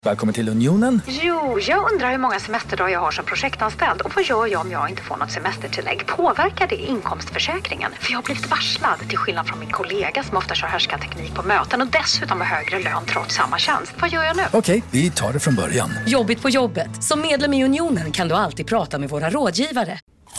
Välkommen till Unionen. Jo, jag undrar hur många semesterdagar jag har som projektanställd. Och vad gör jag om jag inte får något semestertillägg? Påverkar det inkomstförsäkringen? För jag har blivit varslad, till skillnad från min kollega som ofta kör härskarteknik på möten och dessutom har högre lön trots samma tjänst. Vad gör jag nu? Okej, vi tar det från början. Jobbigt på jobbet. Som medlem i Unionen kan du alltid prata med våra rådgivare.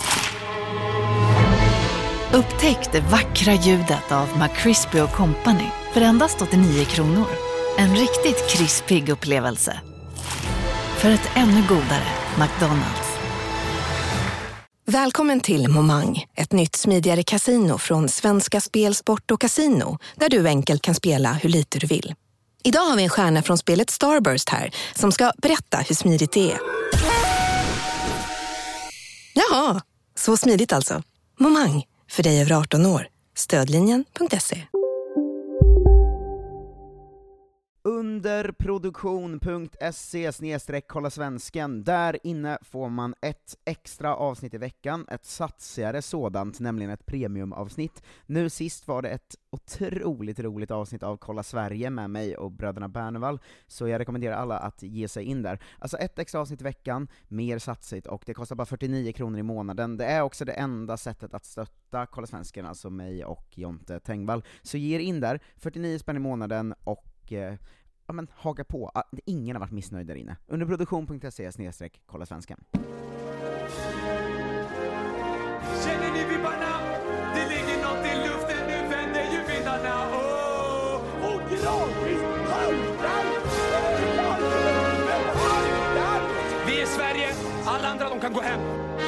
Upptäck det vackra ljudet av McCrispy & Company för endast 89 kronor. En riktigt krispig upplevelse. För ett ännu godare McDonald's. Välkommen till Momang, ett nytt smidigare casino från Svenska Spel, Sport och Casino, där du enkelt kan spela hur lite du vill. Idag har vi en stjärna från spelet Starburst här, som ska berätta hur smidigt det är. Jaha, så smidigt alltså. Momang, för dig över 18 år. Stödlinjen.se. Underproduktion.se/kolla svensken. Där inne får man ett extra avsnitt i veckan, ett satsigare sådant, nämligen ett premiumavsnitt. Nu sist var det ett otroligt roligt avsnitt av Kolla Sverige med mig och bröderna Bernevall, så jag rekommenderar alla att ge sig in där. Alltså ett extra avsnitt i veckan, mer satsigt, och det kostar bara 49 kronor i månaden. Det är också det enda sättet att stötta Kolla Svensken, alltså mig och Jonte Tengvall. Så ge er in där, 49 spänn i månaden, och ja, men haka på. Ingen har varit missnöjd där inne. Underproduktion.se/kolla svenskan. Känner ni vibbarna? Det ligger något i luften, nu vänder ju vindarna. Och gradvis haltar. Vi är Sverige, alla andra de kan gå hem.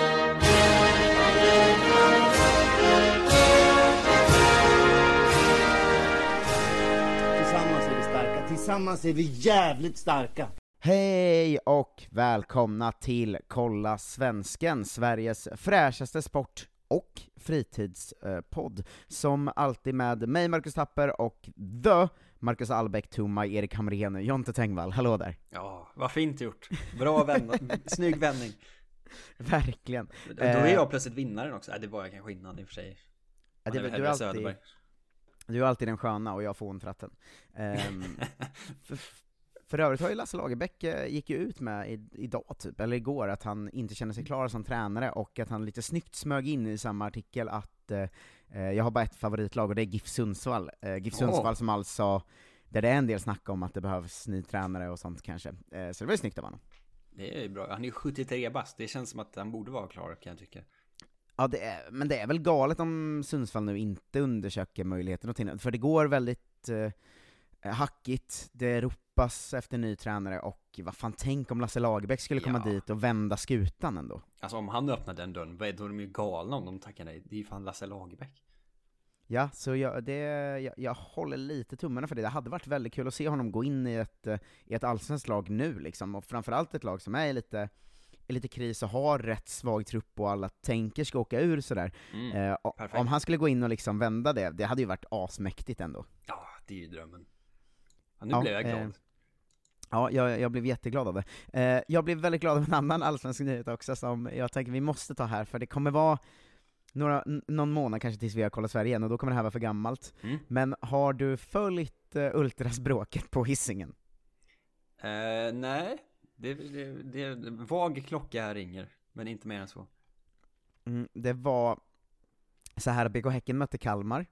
Tillsammans är vi jävligt starka. Hej och välkomna till Kolla Svensken, Sveriges fräschaste sport- och fritidspodd. Som alltid med mig, Marcus Tapper, och the Marcus Albeck to my Erik Hamrén, Jonte Tengvall. Hallå där. Ja, vad fint gjort. Bra vända, snygg vändning. Verkligen. Då är jag plötsligt vinnaren också. Det var jag kanske innan i och för sig. Du är alltid den sköna och jag får tratten. För övrigt har ju Lasse Lagerbäck gick ju ut med idag typ, eller igår, att han inte känner sig klar som tränare, och att han lite snyggt smög in i samma artikel att jag har bara ett favoritlag, och det är GIF Sundsvall. GIF Sundsvall som alltså, där det är en del snack om att det behövs ny tränare och sånt kanske. Så det var ju snyggt av honom. Det är ju bra. Han är ju 73 bast. Det känns som att han borde vara klar, kan jag tycka. Ja, men det är väl galet om Sundsvall nu inte undersöker möjligheten till, för det går väldigt hackigt, det ropas efter ny tränare, och vad fan, tänk om Lasse Lagerbäck skulle komma dit och vända skutan ändå. Alltså om han öppnar den dörren, då är de ju galna om de tackar nej. Det är ju fan Lasse Lagerbäck. Ja, så jag håller lite tummarna för det. Det hade varit väldigt kul att se honom gå in i ett allsvenskt lag nu liksom, och framförallt ett lag som är lite kris och har rätt svag trupp och alla tänker ska åka ur sådär. Om han skulle gå in och liksom vända det hade ju varit asmäktigt ändå. Ja, det är ju drömmen. Nu blev jag glad. Ja, jag blev jätteglad av det. Jag blev väldigt glad av en annan allsvensk nyhet också, som jag tänker vi måste ta här, för det kommer vara någon månad kanske tills vi har kollat Sverige igen, och då kommer det här vara för gammalt. Men har du följt ultrasbråket på Hisingen? Nej. Det är vag klocka här ringer, men inte mer än så. Det var så här, BK Häcken mötte Kalmar,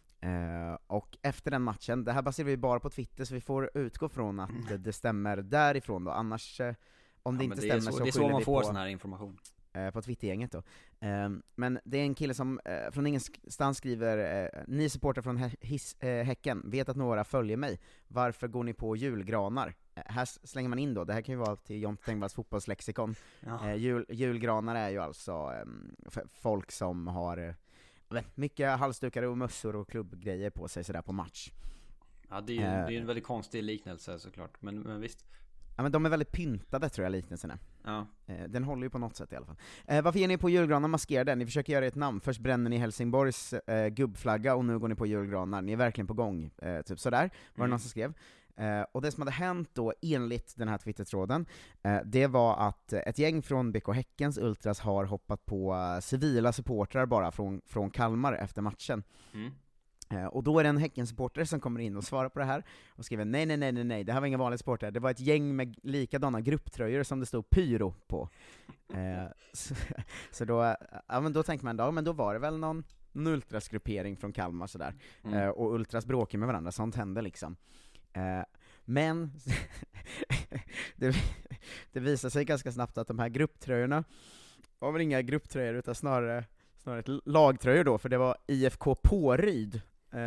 och efter den matchen, det här baserar vi bara på Twitter, så vi får utgå från att det stämmer därifrån då, annars om det inte stämmer så det är så man får sån här information på Twittergänget då. Men det är en kille som från ingenstans skriver: ni supportrar från Häcken vet att några följer mig. Varför går ni på julgranar? Här slänger man in då, det här kan ju vara till Jonte Tengvalls fotbollslexikon. Julgranar är ju alltså folk som har mycket halsdukar och mössor och klubbgrejer på sig sådär på match. Ja, det är en väldigt konstig liknelse såklart, men visst. Ja, men de är väldigt pyntade, tror jag, liknelserna. Ja. Den håller ju på något sätt i alla fall. Varför ger ni på julgranar maskerade? Ni försöker göra ett namn. Först bränner ni Helsingborgs gubbflagga, och nu går ni på julgranar. Ni är verkligen på gång. Typ sådär, var det någon som skrev. Och det som hade hänt då, enligt den här Twitter-tråden, det var att ett gäng från BK Häckens ultras har hoppat på civila supportrar bara från Kalmar efter matchen. Och då är det en Häcken-supporter som kommer in och svarar på det här och skriver nej, det här var ingen vanlig supporter, det var ett gäng med likadana grupptröjor som det stod pyro på. Så då, ja, men då tänker man, ja, men då var det väl någon ultrasgruppering från Kalmar sådär. Och ultras bråkar med varandra, sånt hände liksom. Men det visar sig ganska snabbt att de här grupptröjorna var väl inga grupptröjor utan snarare ett lagtröjor då, för det var IFK Påryd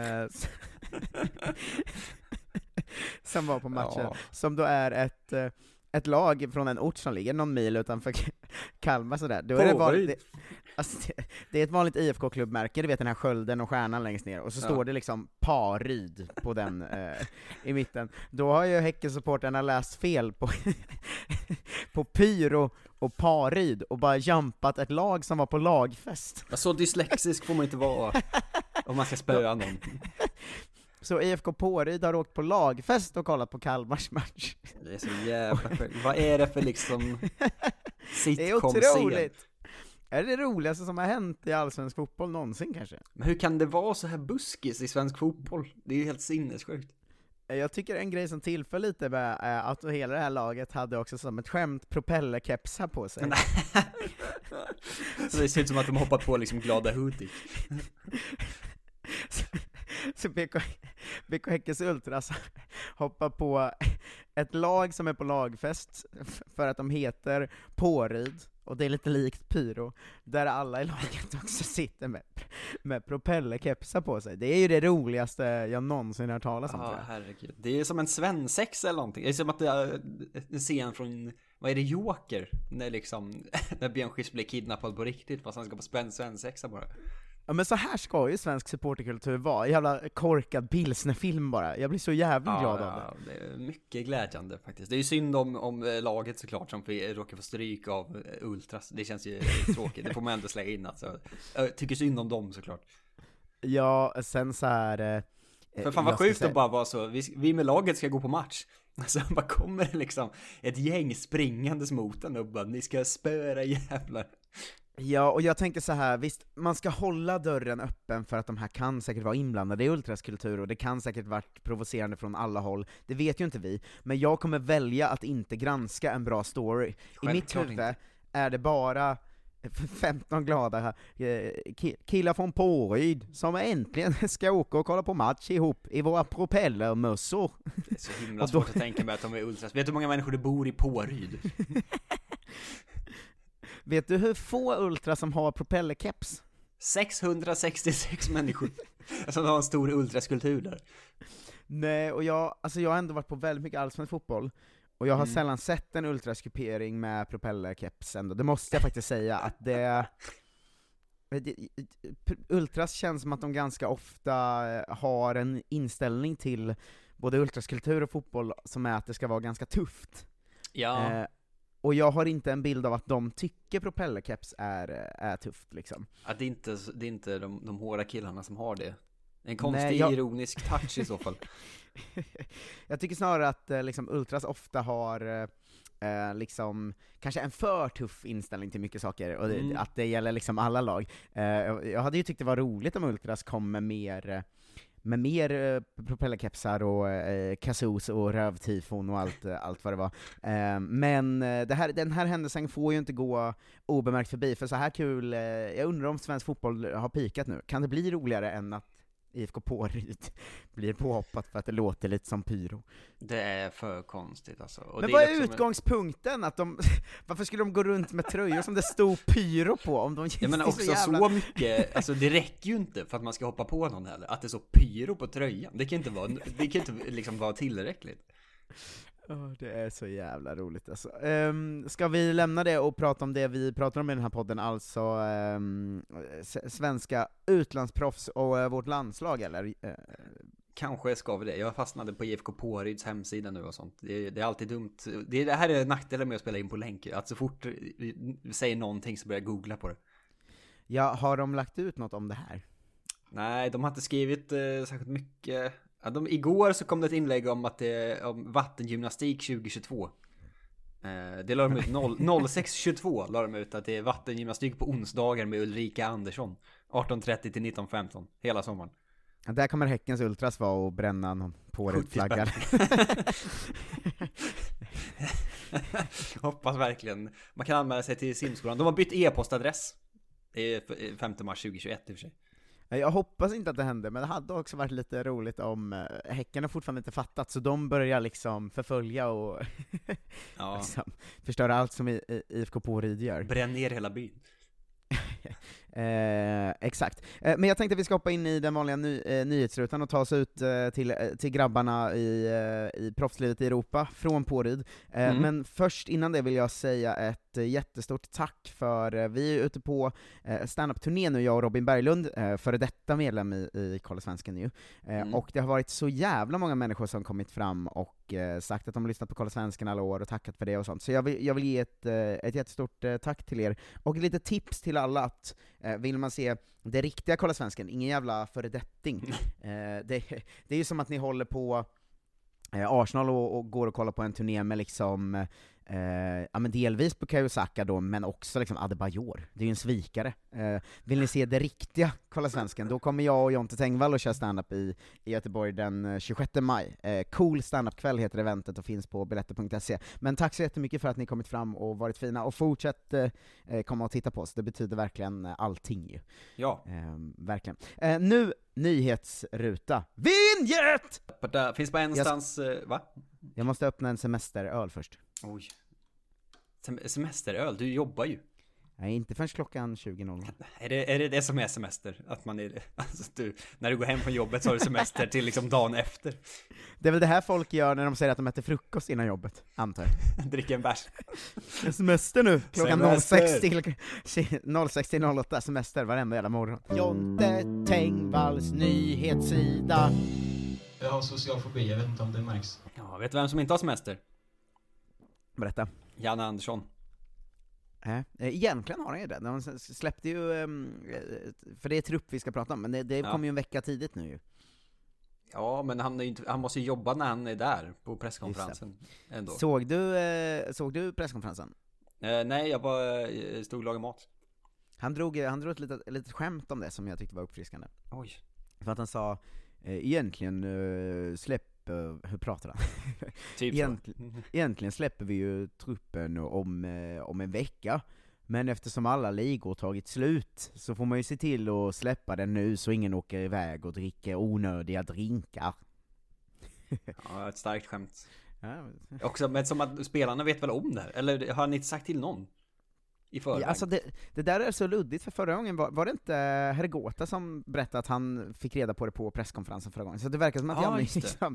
som var på matchen, som då är ett lag från en ort som ligger någon mil utanför Kalmar sådär. Då är det är ett vanligt IFK-klubbmärke, du vet den här skölden och stjärnan längst ner, och så står det liksom Paryd på den i mitten. Då har ju Häckensupporterna läst fel på pyro och Paryd och bara jumpat ett lag som var på lagfest. Så dyslexisk får man inte vara om man ska spöa någon. Så IFK Påryd har åkt på lagfest och kollat på Kalmars match. Det är så jävla sjukt. Vad är det för liksom sitcom-scen? Det är otroligt. Är det roligaste som har hänt i allsvensk fotboll någonsin kanske? Men hur kan det vara så här buskis i svensk fotboll? Det är ju helt sinnessjukt. Jag tycker en grej som tillför lite är att hela det här laget hade också som ett skämt propellerkepsar på sig. Så det ser ut som att de hoppat på liksom glada Hudik. Så BK Häckens Ultras hoppar på ett lag som är på lagfest för att de heter Påryd, och det är lite likt pyro, där alla i laget också sitter med propellerkepsar på sig. Det är ju det roligaste jag någonsin har talat om. Ja, herregud. Det är som en svensexa eller någonting. Det är som att det är en scen från, vad är det, Joker? När Björn Skifs blir kidnappad på riktigt, fast han ska på svensexa bara. Ja, men så här ska ju svensk supporterkultur vara. Jävla korkad pilsnerfilm bara. Jag blir så jävligt glad av det. Det är mycket glädjande faktiskt. Det är ju synd om laget såklart som råkar få stryk av Ultras. Det känns ju tråkigt. Det får man ändå slänga in. Alltså. Jag tycker synd om dem såklart. Ja, sen så här... För fan vad sjukt att bara vara så. Vi med laget ska gå på match. Alltså bara kommer det liksom ett gäng springandes mot en och bara, ni ska spöra jävlar. Ja, och jag tänker så här, visst, man ska hålla dörren öppen för att de här kan säkert vara inblandade i ultraskultur, och det kan säkert vara provocerande från alla håll, det vet ju inte vi, men jag kommer välja att inte granska en bra story. I mitt huvud är det bara 15 glada killar från Påryd som äntligen ska åka och kolla på match ihop i våra propellermössor. Det är så himla svårt att tänka mig att de är ultras. Vet du hur många människor det bor i Påryd? Vet du hur få ultras som har propellerkeps? 666 människor. Alltså de har en stor ultraskultur där. Nej, och jag har ändå varit på väldigt mycket allsvensk fotboll, och jag har sällan sett en ultraskupering med propellerkeps ändå. Det måste jag faktiskt säga, att ultras känns som att de ganska ofta har en inställning till både ultraskultur och fotboll som är att det ska vara ganska tufft. Ja. Och jag har inte en bild av att de tycker propellerkeps är tufft liksom. Ja, det är inte de hårda killarna som har det. En konstig ironisk touch i så fall. Jag tycker snarare att liksom ultras ofta har liksom kanske en för tuff inställning till mycket saker, och att det gäller liksom alla lag. Jag hade ju tyckt det var roligt om ultras kom med mer propellerkepsar och kasus och rövtifon och allt vad det var. Men den här händelsen får ju inte gå obemärkt förbi, för så här kul, jag undrar om svensk fotboll har pikat nu. Kan det bli roligare än att IFK Påryd blir påhoppat för att det låter lite som pyro? Det är för konstigt alltså. Och men det vad är är utgångspunkten? Att varför skulle de gå runt med tröjor som det stod pyro på? Om de jag menar också så mycket, alltså det räcker ju inte för att man ska hoppa på någon heller, att det är så pyro på tröjan. Det kan inte liksom vara tillräckligt. Det är så jävla roligt alltså. Ska vi lämna det och prata om det vi pratar om i den här podden, alltså svenska utlandsproffs och vårt landslag, eller? Kanske ska vi det. Jag fastnade på IFK Påryds hemsida nu och sånt. Det är alltid dumt. Det här är nackdelen med att spela in på länk. Att så fort vi säger någonting så börjar jag googla på det. Ja, har de lagt ut något om det här? Nej, de har inte skrivit särskilt mycket. Ja, igår så kom det ett inlägg om att om vattengymnastik 2022. Det la de ut 06.22 la de ut att det är vattengymnastik på onsdagar med Ulrika Andersson 18:30 till 19:15 hela sommaren. Där kommer Häckens Ultras vara och bränna någon påredflagga. Hoppas verkligen. Man kan anmäla sig till simskolan. De har bytt e-postadress. Det är 5 mars 2021 i och för sig. Jag hoppas inte att det händer, men det hade också varit lite roligt om Häcken har fortfarande inte fattat, så de börjar liksom förfölja och liksom förstöra allt som IFK Påryd gör. Bränn ner hela byn. Exakt. Men jag tänkte att vi ska hoppa in i den vanliga nyhetsrutan och ta oss ut till grabbarna i proffslivet i Europa från Påryd. Men först innan det vill jag säga ett jättestort tack för vi är ute på stand-up-turné nu, jag och Robin Berglund, före detta medlem i Kollesvenskan nu. Och det har varit så jävla många människor som kommit fram och sagt att de har lyssnat på Kollesvenskan alla år och tackat för det och sånt. Så jag vill ge ett jättestort tack till er, och lite tips till alla att vill man se det riktiga Kollesvenskan, ingen jävla föredetting. Det är ju som att ni håller på Arsenal och går och kollar på en turné med liksom men delvis på Kajosaka då, men också liksom Adebayor. Det är ju en svikare. Vill ni se det riktiga Kollesvenskan, då kommer jag och Jonte Tengvall och kör stand-up i Göteborg den 26 maj. Cool stand-up-kväll heter eventet och finns på biljetter.se. Men tack så jättemycket för att ni kommit fram och varit fina, och fortsätt komma och titta på oss. Det betyder verkligen allting ju. Ja. Verkligen. Nu nyhetsruta. Vinjet! Finns bara enstans, va? Jag måste öppna en semesteröl först. Oj. Semesteröl, du jobbar ju. Nej, inte förrän klockan 20.00. Är det som är semester? Att man är, alltså när du går hem från jobbet så har du semester till liksom dagen efter. Det är väl det här folk gör när de säger att de äter frukost innan jobbet, antar jag. Dricker en bärs. Semester nu, klockan 06 till 08, semester varenda jävla morgon. Jonte Tengvalls nyhetssida. Jag har social fobi, jag vet inte om det märks. Ja, vet du vem som inte har semester? Berätta. Janne Andersson. Egentligen har han ju det. De släppte ju, för det är trupp vi ska prata om, men det kommer ju en vecka tidigt nu ju. Ja, men han måste ju jobba när han är där på presskonferensen ändå. Såg du presskonferensen? Nej, jag bara stod och lagade mat. Han drog ett litet skämt om det som jag tyckte var uppfriskande. Oj. För att han sa, egentligen hur pratar han? Typ egentligen släpper vi ju truppen om en vecka, men eftersom alla ligor tagit slut så får man ju se till att släppa den nu så ingen åker iväg och dricker onödiga drinkar. Ja, ett starkt skämt. Ja. Också, men som att spelarna vet väl om det här? Eller har ni inte sagt till någon? I förväg? Ja, alltså det där är så luddigt, för förra gången var det inte Hergota som berättade att han fick reda på det på presskonferensen förra gången, så det verkar som att Janne liksom,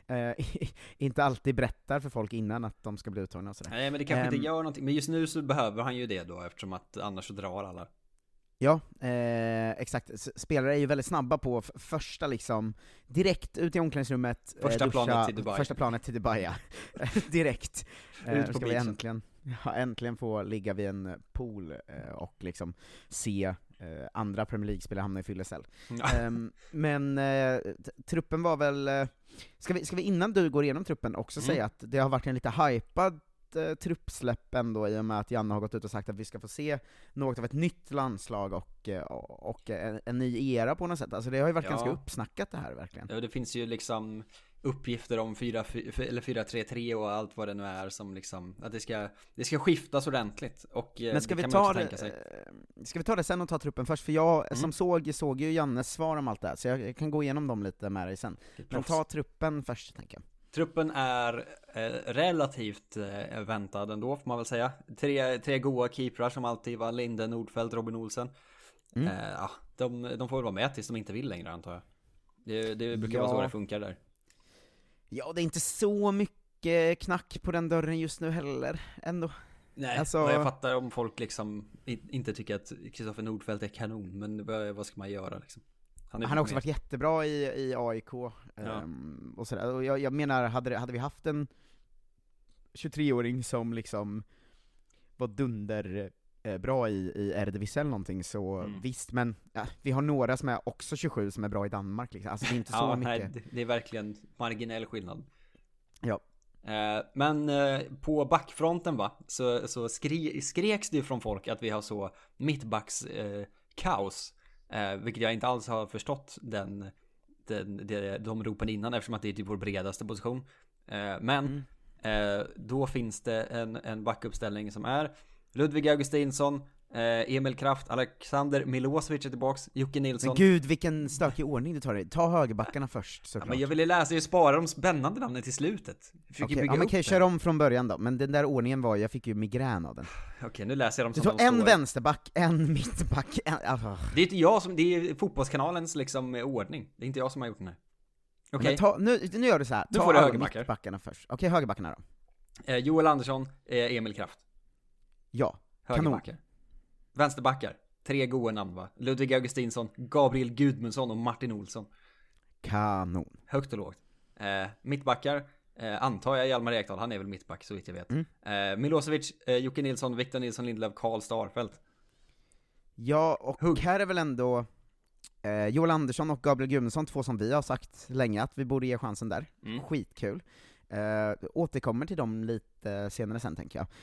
inte alltid berättar för folk innan att de ska bli uttagna och sådär. Nej, men det kanske inte gör någonting, men just nu så behöver han ju det då, eftersom att annars så drar alla. Ja, exakt. Spelare är ju väldigt snabba på första liksom, direkt ut i omklädningsrummet, första duscha, planet till Dubai, ja. Direkt. Ut på ska vi äntligen få ligga vid en pool och liksom se andra Premier League-spelare hamna i fyllecell. Men truppen var väl, ska vi innan du går igenom truppen också säga att det har varit en lite hypad truppsläpp ändå, i och med att Janne har gått ut och sagt att vi ska få se något av ett nytt landslag och en ny era på något sätt. Alltså det har ju varit ganska uppsnackat det här verkligen. Ja, det finns ju liksom uppgifter om 4-3-3 och allt vad det nu är, som liksom att det ska skiftas ordentligt. Och men ska vi ta det sen och ta truppen först, för jag som såg ju Jannes svar om allt det här, så jag kan gå igenom dem lite med dig sen. Men ta truppen först, tänker jag. Truppen är relativt väntad ändå, får man väl säga. Tre goa keeprar som alltid var Linde, Nordfeldt, Robin Olsen. De får väl vara med tills de inte vill längre, antar jag. Det brukar vara så det funkar där. Ja, det är inte så mycket knack på den dörren just nu heller, ändå. Nej, alltså, jag fattar om folk liksom inte tycker att Kristoffer Nordfeldt är kanon, men vad ska man göra liksom? Han har också varit jättebra i AIK och sådär. Och jag menar, hade vi haft en 23-åring som liksom var dunder bra i Eredivisie eller någonting, så visst, men vi har några som är också 27 som är bra i Danmark liksom. Alltså det är inte så mycket. Nej, det är verkligen marginell skillnad. Ja. Men på backfronten så skreks det ju från folk att vi har så mittbacks kaos, vilket jag inte alls har förstått inte de ropen innan, eftersom att det är typ vår bredaste position. Men då finns det en backuppställning som är Ludvig Augustinsson, Emil Kraft, Alexander Milosevic är tillbaks, Jocke Nilsson. Men gud, vilken stökig ordning du tar det. Ta högerbackarna först, såklart. Ja, men jag ville läsa, jag sparar de spännande namnen till slutet. Okej, ja, men kan jag köra om från början då? Men den där ordningen var, jag fick ju migrän av den. Okej, nu läser jag dem du som tar de en står. vänsterback, en mittback, Det är inte jag som, det är fotbollskanalens liksom ordning. Det är inte jag som har gjort den här. Okej. Nu gör du så här. Nu får du högerbackar. Mittbackarna först. Okej, högerbackarna då. Joel Andersson, Emil Kraft. Ja, högerbackar. Vänsterbackar. 3 goda namn, va? Ludvig Augustinsson, Gabriel Gudmundsson och Martin Olsson. Kanon. Högt och lågt. Mittbackar, antar jag Hjalmar Ekdal, han är väl mittback så vitt jag vet. Milosevic, Jocke Nilsson, Victor Nilsson Lindelöf, Karl Starfelt. Ja, och här är väl ändå Joel Andersson och Gabriel Gudmundsson, 2 som vi har sagt länge att vi borde ge chansen där. Skitkul. Återkommer till dem lite senare sen, tänker jag.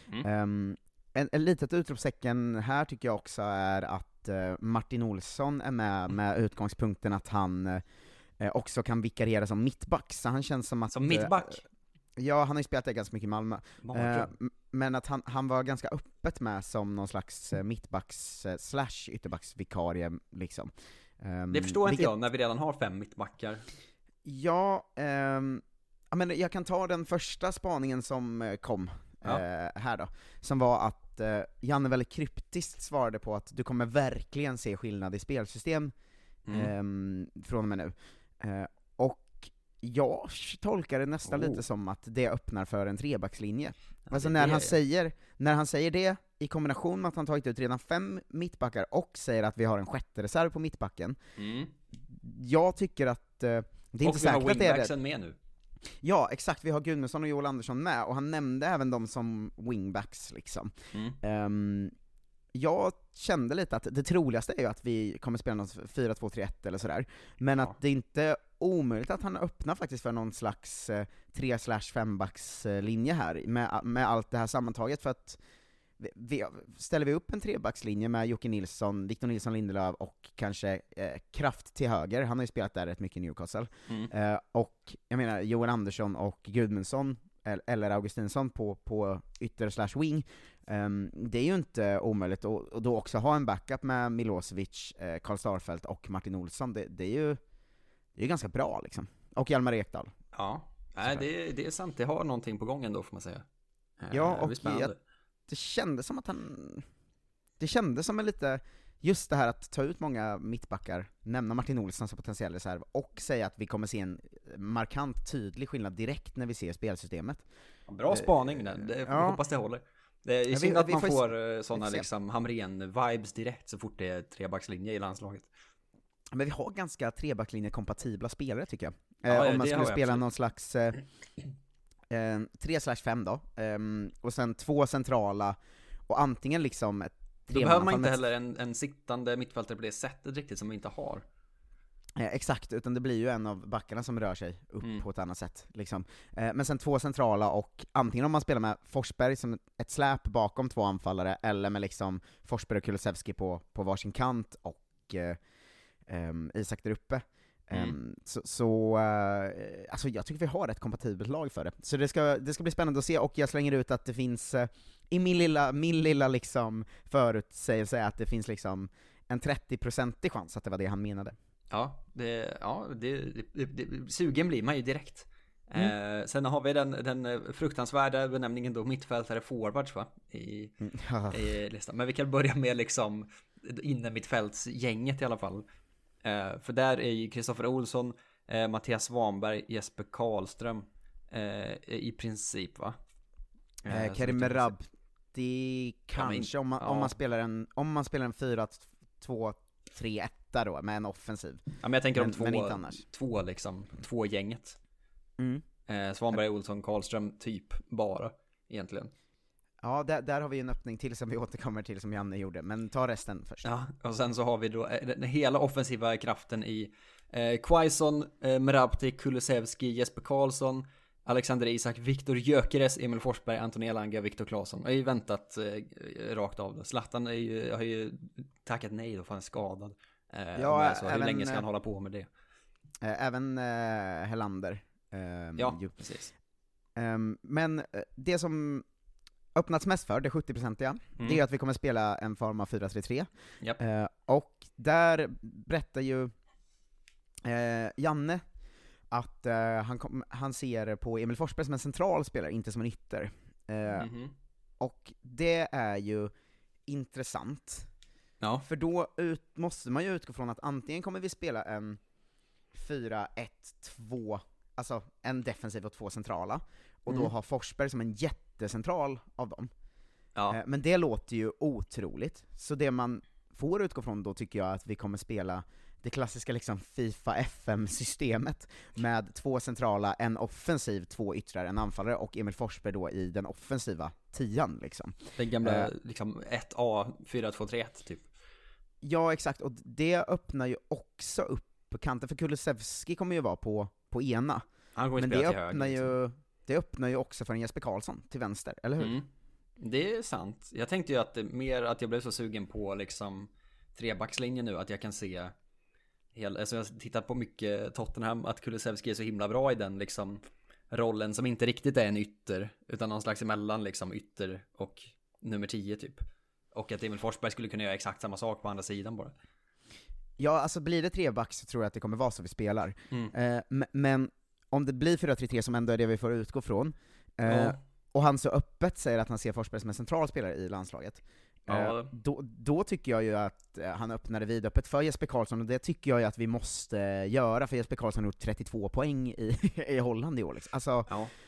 En litet utropstecken här tycker jag också är att Martin Olsson är med utgångspunkten att han också kan vikariera som mittback, så han känns som att... Som mittback? Ja, han har ju spelat det ganska mycket i Malmö. Men att han var ganska öppet med som någon slags mittbacks / ytterbacksvikarie liksom. Det förstår inte jag när vi redan har 5 mittbackar. Ja, men jag kan ta den första spaningen som kom här då, som var att Janne väldigt kryptiskt svarade på att du kommer verkligen se skillnad i spelsystem från och med nu. Och jag tolkar det nästan lite som att det öppnar för en 3-backslinje. Alltså när han säger det i kombination med att han tagit ut redan 5 mittbackar och säger att vi har en sjätte reserv på mittbacken. Jag tycker att det är inte säkert att det är det. Med nu. Ja, exakt, vi har Gudmundsson och Joel Andersson med, och han nämnde även dem som wingbacks liksom. Jag kände lite att det troligaste är ju att vi kommer spela någon 4-2-3-1 eller sådär, men att det inte är omöjligt att han öppnar faktiskt för någon slags 3/5-backs linje här, med allt det här sammantaget, för att ställer vi upp en 3-backslinje med Jocke Nilsson, Victor Nilsson Lindelöf och kanske Kraft till höger, han har ju spelat där rätt mycket i Newcastle, och jag menar Joel Andersson och Gudmundsson eller Augustinsson på ytter / wing, det är ju inte omöjligt, och då också ha en backup med Milosevic, Karl Starfelt och Martin Olsson, det är ju ganska bra liksom, och Hjalmar Ekdal. Ja, nej, det är sant, det har någonting på gång ändå får man säga. Ja, och det kändes som att det kändes som en lite, just det här att ta ut många mittbackar, nämna Martin Olsson som potentiell reserv och säga att vi kommer se en markant tydlig skillnad direkt när vi ser spelsystemet. Bra spaning där, jag hoppas det håller. Det är synd att man får sådana liksom Hamrén-vibes direkt så fort det är 3-backslinje i landslaget. Men vi har ganska 3-backslinje-kompatibla spelare tycker jag. Om man skulle spela någon slags 3/5 då, och sen 2 centrala, och antingen liksom ett då behöver man inte heller en sittande mittfältare på det sättet riktigt som vi inte har. Exakt, utan det blir ju en av backarna som rör sig upp på ett annat sätt liksom. Men sen 2 centrala, och antingen om man spelar med Forsberg som ett släp bakom 2 anfallare, eller med liksom Forsberg och Kulusevski på varsin kant och Isak där uppe. Alltså jag tycker vi har ett kompatibelt lag för det. Så det ska bli spännande att se, och jag slänger ut att det finns i min lilla liksom förutsägelse att det finns liksom en 30% chans att det var det han menade. Ja, sugen blir man ju direkt. Sen har vi den fruktansvärda benämningen då mittfältare forwards, va? I listan. Men vi kan börja med liksom inne mittfältsgänget i alla fall. För där är ju Kristoffer Olsson, Mattias Svanberg, Jesper Karlström i princip, va? Karim Merabti kanske, om man spelar en 4-2-3-1 då med en offensiv. Ja, men jag tänker om två gänget. Svanberg, Olsson, Karlström typ bara egentligen. Ja, där har vi en öppning till som vi återkommer till som Janne gjorde, men ta resten först. Ja, och sen så har vi då den hela offensiva kraften i Quaison, Merabti, Kulusevski, Jesper Karlsson, Alexander Isak, Viktor Gyökeres, Emil Forsberg, Anton Elanga, Viktor Claesson. Jag har ju väntat rakt av det. Zlatan har ju tackat nej då för han är skadad. Så hur länge ska han hålla på med det? Även Helander. Ja, precis. Men det som öppnats mest för, det 70-procentiga, det är att vi kommer spela en form av 4-3-3. Yep. Och där berättar ju Janne att han ser på Emil Forsberg som en central spelare, inte som en ytter. Och det är ju intressant. Ja. För då måste man ju utgå från att antingen kommer vi spela en 4-1-2, alltså en defensiv och 2 centrala, och då har Forsberg som en jättecentral av dem. Ja. Men det låter ju otroligt. Så det man får utgå från då tycker jag att vi kommer spela det klassiska liksom FIFA FM-systemet med 2 centrala, en offensiv, 2 yttrar, en anfallare och Emil Forsberg då i den offensiva 10:an liksom. Den gamla liksom 1A 4-2-3-1 typ. Ja, exakt, och det öppnar ju också upp på kanten, för Kulusevski kommer ju vara på ena. Men det öppnar ju också för en Jesper Karlsson till vänster, eller hur? Det är sant. Jag tänkte ju att jag blev så sugen på liksom trebackslinjen nu, att jag kan se alltså jag har tittat på mycket Tottenham, att Kulusevski är så himla bra i den liksom rollen som inte riktigt är en ytter, utan någon slags emellan liksom ytter och nummer 10 typ. Och att Emil Forsberg skulle kunna göra exakt samma sak på andra sidan bara. Ja, alltså blir det trebacks så tror jag att det kommer vara så vi spelar. Men om det blir 4-3-3 som ändå är det vi får utgå från, och han så öppet säger att han ser Forsberg som en central spelare i landslaget, då tycker jag ju att han öppnade vidöppet för Jesper Karlsson, och det tycker jag ju att vi måste göra, för Jesper Karlsson har gjort 32 poäng i Holland i år liksom. Alltså,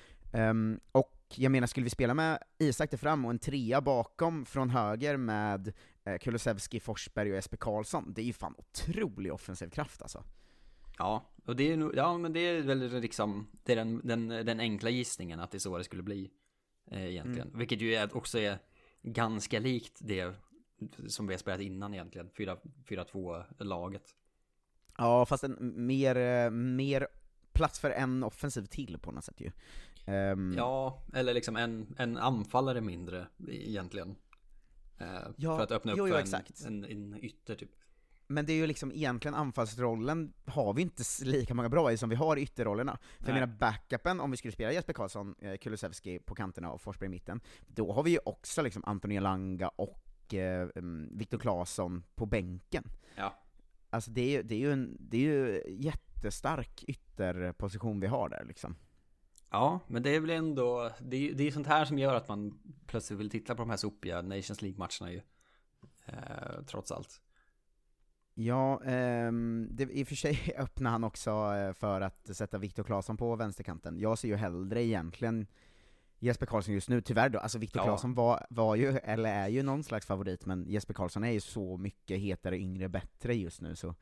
och jag menar, skulle vi spela med Isak där fram och en 3 bakom från höger med Kulusevski, Forsberg och Jesper Karlsson, det är ju fan otrolig offensiv kraft alltså. Ja, och det är nog, men det är väl liksom, det är den enkla gissningen att det är så det skulle bli egentligen. Vilket ju också är ganska likt det som vi har spelat innan egentligen, 4-2-laget. Ja, fast en mer plats för en offensiv till på något sätt ju. Ja, eller liksom en anfallare mindre egentligen. För att öppna upp för en ytter typ. Men det är ju liksom egentligen anfallsrollen har vi inte lika många bra i som vi har i ytterrollerna. För jag menar, backupen, om vi skulle spela Jesper Karlsson, Kulusevski på kanterna och Forsberg i mitten, då har vi ju också liksom Anthony Elanga och Viktor Claesson på bänken. Ja. Alltså det är ju jättestark ytterposition vi har där liksom. Ja, men det är väl ändå, det är sånt här som gör att man plötsligt vill titta på de här sopiga Nations League-matcherna ju, trots allt. Ja, i och för sig öppnar han också för att sätta Viktor Claesson på vänsterkanten. Jag ser ju hellre egentligen Jesper Karlsson just nu, tyvärr då. Alltså Viktor Claesson var ju, eller är ju någon slags favorit, men Jesper Karlsson är ju så mycket hetare, yngre, bättre just nu, så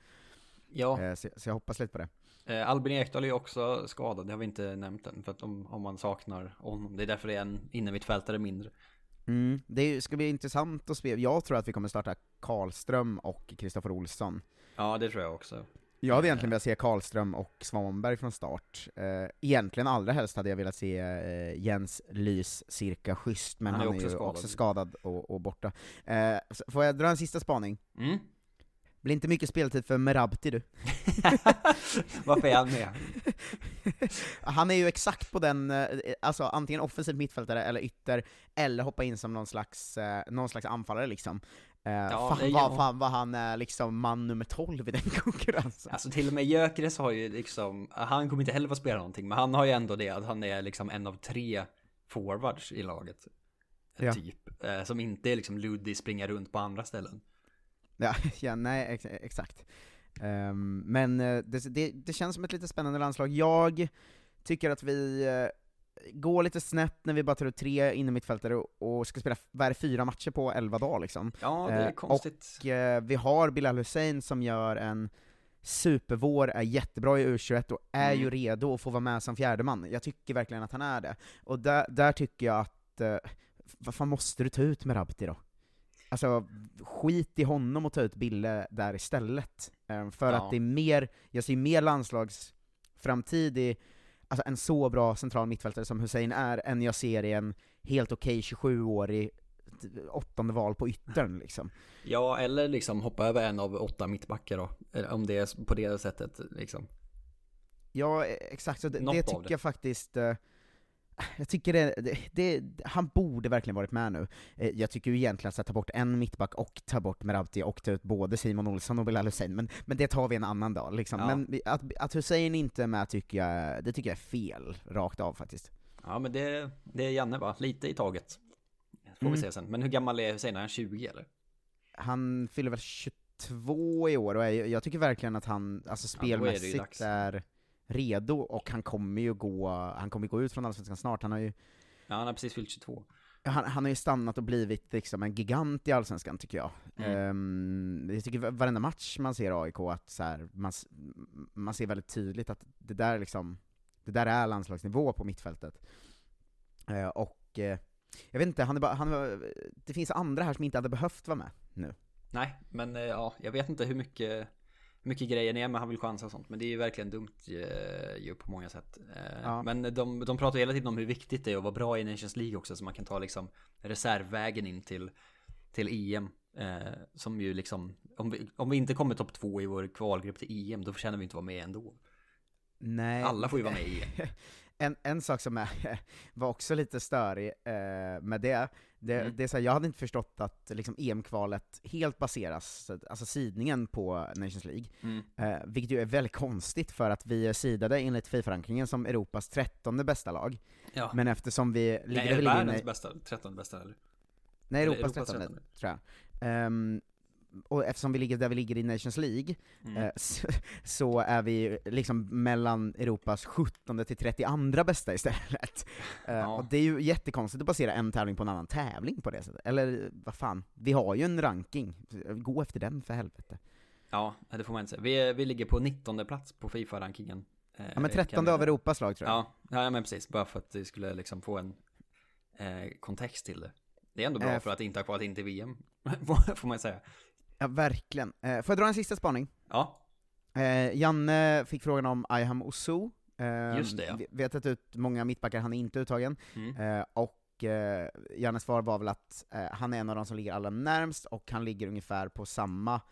så jag hoppas lite på det. Albin Ekdal är ju också skadad, det har vi inte nämnt än, för att om man saknar honom, det är därför det är en innermittfältare mindre. Det ska bli intressant att spela. Jag tror att vi kommer starta Karlström och Kristoffer Olsson. Ja, det tror jag också. Jag hade egentligen velat se Karlström och Svanberg från start. Egentligen allra helst hade jag velat se Jens Lys cirka schysst, men han är ju också skadad och borta. Får jag dra en sista spaning? Blir inte mycket speltid för Merabti, du. Varför är han med? Han är ju exakt på den, alltså antingen offensiv mittfältare eller ytter, eller hoppa in som någon slags anfallare liksom. Fan vad han är liksom man nummer 12 i den konkurrensen. Alltså till och med Gyökeres har ju liksom, han kommer inte heller få spela någonting, men han har ju ändå det att han är liksom en av 3 forwards i laget. Typ, som inte är liksom luddig, springa runt på andra ställen. Ja, nej, exakt. Men det känns som ett lite spännande landslag. Jag tycker att vi går lite snett när vi bara tar ut 3 innermittfältare och ska spela 4 matcher på 11 dagar liksom. Ja, det är konstigt. Och vi har Bilal Hussein som gör en supervår, är jättebra i U21 och är ju redo att få vara med som fjärde man. Jag tycker verkligen att han är det. Och där tycker jag att vad fan måste du ta ut med Rabti då? Alltså, skit i honom och ta ut Bille där istället. För att det är mer, jag ser mer landslagsframtid i alltså en så bra central mittfältare som Hussein är, än jag ser i en helt okej 27-årig 8:e val på yttern liksom. Ja, eller liksom hoppa över en av 8 mittbackar då, om det är på det sättet liksom. Ja, exakt, så det Något tycker jag faktiskt... Jag tycker han borde verkligen varit med nu. Jag tycker ju egentligen att ta bort en mittback och ta bort Merabti och ta ut både Simon Olsson och Bilal Hussein, men det tar vi en annan dag liksom. Ja. Men att Hussein inte är med tycker jag är fel, rakt av faktiskt. Ja, men det är Janne, va? Lite i taget. Får vi se sen. Men hur gammal är Hussein? Är han 20 eller? Han fyller väl 22 i år, och jag tycker verkligen att han alltså spelmässigt är redo, och han kommer ju gå ut från Allsvenskan snart. Han har precis fyllt 22. Han har ju stannat och blivit liksom en gigant i Allsvenskan, tycker jag. Jag tycker varenda match man ser AIK att så här, man ser väldigt tydligt att det där är landslagsnivå på mittfältet. Jag vet inte, det finns andra här som inte hade behövt vara med nu. Nej, men ja, jag vet inte hur mycket grejer är, men han vill chansa och sånt. Men det är ju verkligen dumt ju på många sätt. Ja. Men de pratar hela tiden om hur viktigt det är att vara bra i Nations League också, så man kan ta liksom reservvägen in till EM. Som ju liksom, om vi inte kommer topp 2 i vår kvalgrupp till EM, då förtjänar vi inte vara med ändå. Nej. Alla får ju vara med i EM. En sak som var också lite störig med det är så här, jag hade inte förstått att liksom EM-kvalet helt baseras, alltså sidningen på Nations League, vilket ju är väldigt konstigt, för att vi är sidade enligt FIFA-rankingen som Europas 13:e bästa lag. Ja. Men eftersom vi ligger... Nej, världens bästa, 13:e bästa eller? Nej, Europas 13:e, tror jag. Och eftersom vi ligger där vi ligger i Nations League, så är vi liksom mellan Europas 17:e till 32:a bästa istället. Och det är ju jättekonstigt att basera en tävling på en annan tävling på det sättet. Eller vad fan, vi har ju en ranking, gå efter den för helvete. Ja, det får man inte säga. Vi ligger på 19:e plats på FIFA-rankingen. Ja, men 13:e av Europas lag, tror jag. Ja, men precis, bara för att det skulle liksom få en kontext till det. Det är ändå bra för att inte ha kvalat in till VM, får man säga. Ja, verkligen. Får jag dra en sista spaning? Ja. Janne fick frågan om Ayham Osu. Just det, ja. Vi har tagit ut många mittbackar, han är inte uttagen. Och Jannes svar var väl att han är en av de som ligger allra närmst, och han ligger ungefär på samma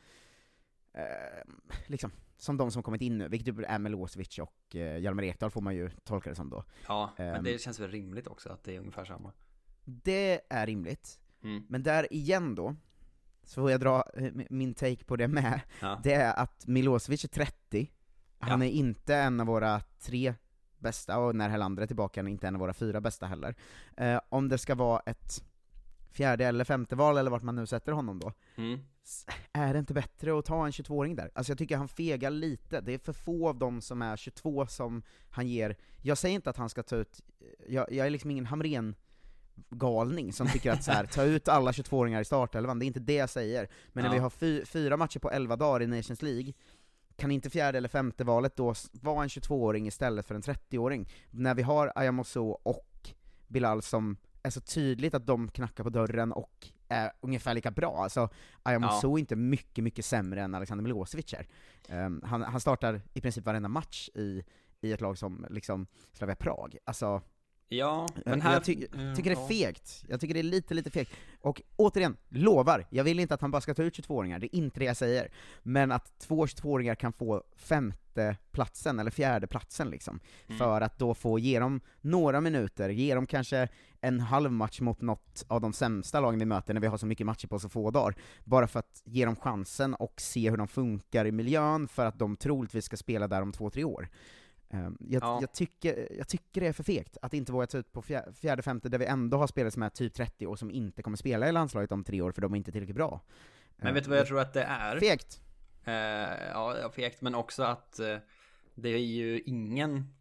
liksom, som de som kommit in nu, vilket är Milosevic och Hjalmar Ekdal, får man ju tolka det som då. Ja, men det känns väl rimligt också att det är ungefär samma. Det är rimligt. Men där igen då, så får jag dra min take på det med. Det är att Milosevic är 30. Han är inte en av våra 3 bästa, och när Helander är tillbaka är han inte en av våra 4 bästa heller. Om det ska vara ett 4:e eller 5:e val, eller vart man nu sätter honom då, är det inte bättre att ta en 22-åring där? Alltså jag tycker han fegar lite. Det är för få av dem som är 22 som han ger. Jag säger inte att han ska ta ut, jag är liksom ingen Hamrén galning som tycker att så här, ta ut alla 22-åringar i startelvan, det är inte det jag säger. Men när vi har 4 matcher på 11 dagar i Nations League, kan inte 4:e eller 5:e valet då vara en 22-åring istället för en 30-åring? När vi har Ayham Osu och Bilal som är så tydligt att de knackar på dörren och är ungefär lika bra. Alltså Ayham Osu är inte mycket sämre än Alexander Milosevic är. Han startar i princip varenda match i ett lag som liksom Slavia Prag. Alltså ja, men här... jag tycker det är fegt. Jag tycker det är lite fegt. Och återigen, lovar, jag vill inte att han bara ska ta ut 22-åringar, det är inte det jag säger. Men att 2 22-åringar kan få 5:e platsen eller 4:e platsen liksom. För att då få ge dem några minuter, ge dem kanske en halv match mot något av de sämsta lagen vi möter när vi har så mycket matcher på så få dagar. Bara för att ge dem chansen och se hur de funkar i miljön, för att de troligtvis ska spela där om 2-3 år. Jag tycker det är för fegt att inte våga ta ut på 4:e, 5:e, där vi ändå har spelare som är typ 30 och som inte kommer spela i landslaget om 3 år för de är inte tillräckligt bra. Men vet du vad jag tror att det är? Fegt! Ja, fegt, men också att det är ju ingen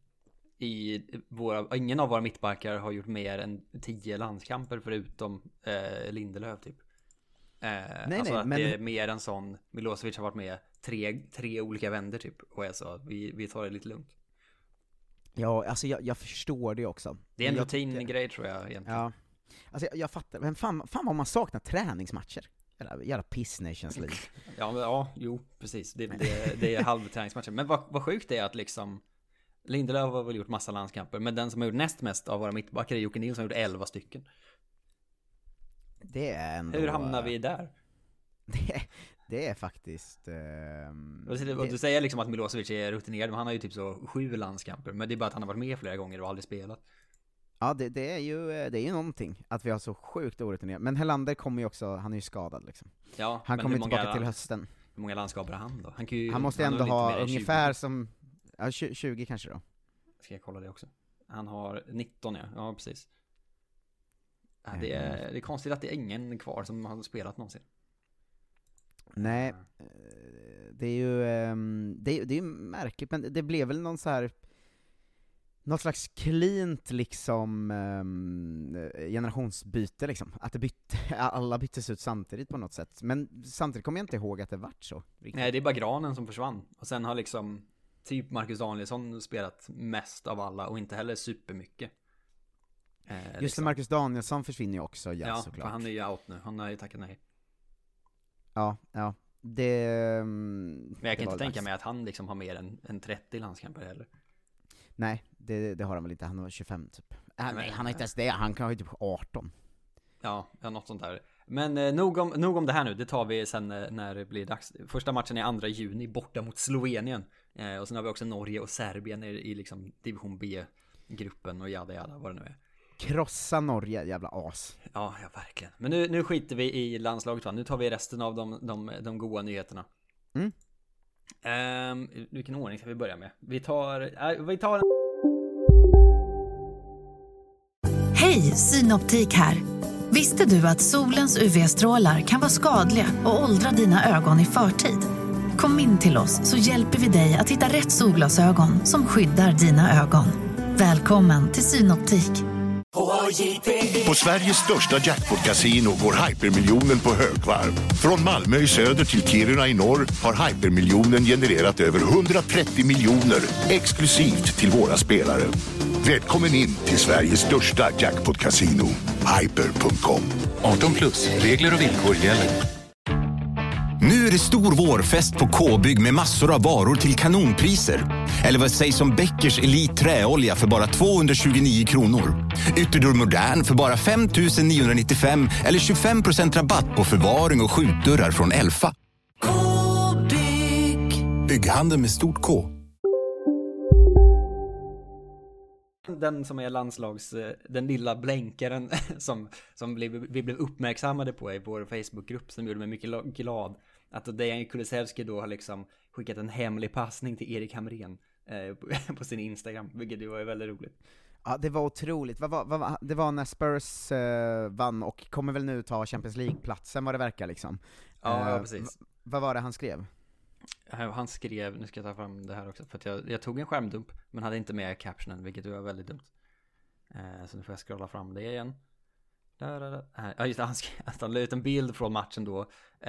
av våra mittbackar har gjort mer än 10 landskamper förutom Lindelöf typ. Nej, men det är mer än sån. Milosevic har varit med 3 olika vänder typ, och jag sa vi tar det lite lugnt. Ja, alltså jag förstår det också. Det är en rutingrej tror jag egentligen. Ja. Alltså jag fattar, men fan vad man saknar träningsmatcher. Jävla piss Nations League. Jo, precis. Det är halvträningsmatcher. Men vad sjukt det är att liksom Lindelöf har väl gjort massa landskamper, men den som har gjort näst mest av våra mittbackar är Jocke Nilsson, som har gjort 11 stycken. Det är ändå... Hur hamnar vi där? Det är faktiskt... och du säger liksom att Milosevic är rutinerad, men han har ju typ så 7 landskamper. Men det är bara att han har varit med flera gånger och aldrig spelat. Ja, det är ju någonting att vi har så sjukt orutinerat. Men Helander kommer ju också, han är ju skadad liksom. Ja, han kommer tillbaka till hösten. Hur många landskaper har han då? Han måste ändå ha ungefär 20. Som 20 kanske då. Ska jag kolla det också? Han har 19, ja precis. Ja, det är konstigt att det är ingen kvar som har spelat någonsin. Nej, det är ju det är märkligt, men det blev väl något slags cleant liksom generationsbyte liksom, att alla byttes ut samtidigt på något sätt, men samtidigt kommer jag inte ihåg att det vart så riktigt. Nej, det är bara Granen som försvann, och sen har liksom typ Marcus Danielsson spelat mest av alla och inte heller supermycket. Just liksom. det, Marcus Danielsson försvinner ju också, såklart. För han är ju out nu, han har ju tackat nej. Ja, men jag kan inte tänka mig att han liksom har mer än 30 landskamper heller. Nej, det har han väl inte, han har 25 typ. Nej, han har inte ens det, han kan ha typ 18. Ja, något sånt där. Men nog om det här nu, det tar vi sen när det blir dags. Första matchen är 2 juni borta mot Slovenien. Och sen har vi också Norge och Serbien i liksom division B-gruppen och jada vad det nu är. Krossa Norge, jävla as. Ja, verkligen. Men nu skiter vi i landslaget, va? Nu tar vi resten av de goda nyheterna. Vilken ordning ska vi börja med? Vi tar Hej, Synoptik här. Visste du att solens UV-strålar kan vara skadliga och åldra dina ögon i förtid? Kom in till oss så hjälper vi dig att hitta rätt solglasögon som skyddar dina ögon. Välkommen till Synoptik. På Sveriges största jackpot-casino går hypermiljonen på högvarv. Från Malmö i söder till Kiruna i norr har hypermiljonen genererat över 130 miljoner exklusivt till våra spelare. Välkommen in till Sveriges största jackpot-casino, hyper.com. 18+, regler och villkor gäller. Nu är det stor vårfest på K-bygg med massor av varor till kanonpriser. Eller vad sägs om Bäckers Elite träolja för bara 229 kronor. Ytterdörr Modern för bara 5 995 eller 25% rabatt på förvaring och skjutdörrar från Elfa. K-bygg. Bygghandel med stort K. Den som är den lilla blänkaren som vi blev uppmärksammade på i vår Facebookgrupp, som gjorde mig mycket glad, att Dejan Kulusevski då har liksom skickat en hemlig passning till Erik Hamrén på sin Instagram, vilket ju var väldigt roligt. Ja, det var otroligt. Det var när Spurs vann och kommer väl nu ta Champions League-platsen, vad det verkar liksom. Ja, precis. Vad var det han skrev? Han skrev, nu ska jag ta fram det här också, för att jag tog en skärmdump men hade inte med captionen, vilket var väldigt dumt. Så nu får jag scrolla fram det igen. Ja, just det, han la ut en bild från matchen då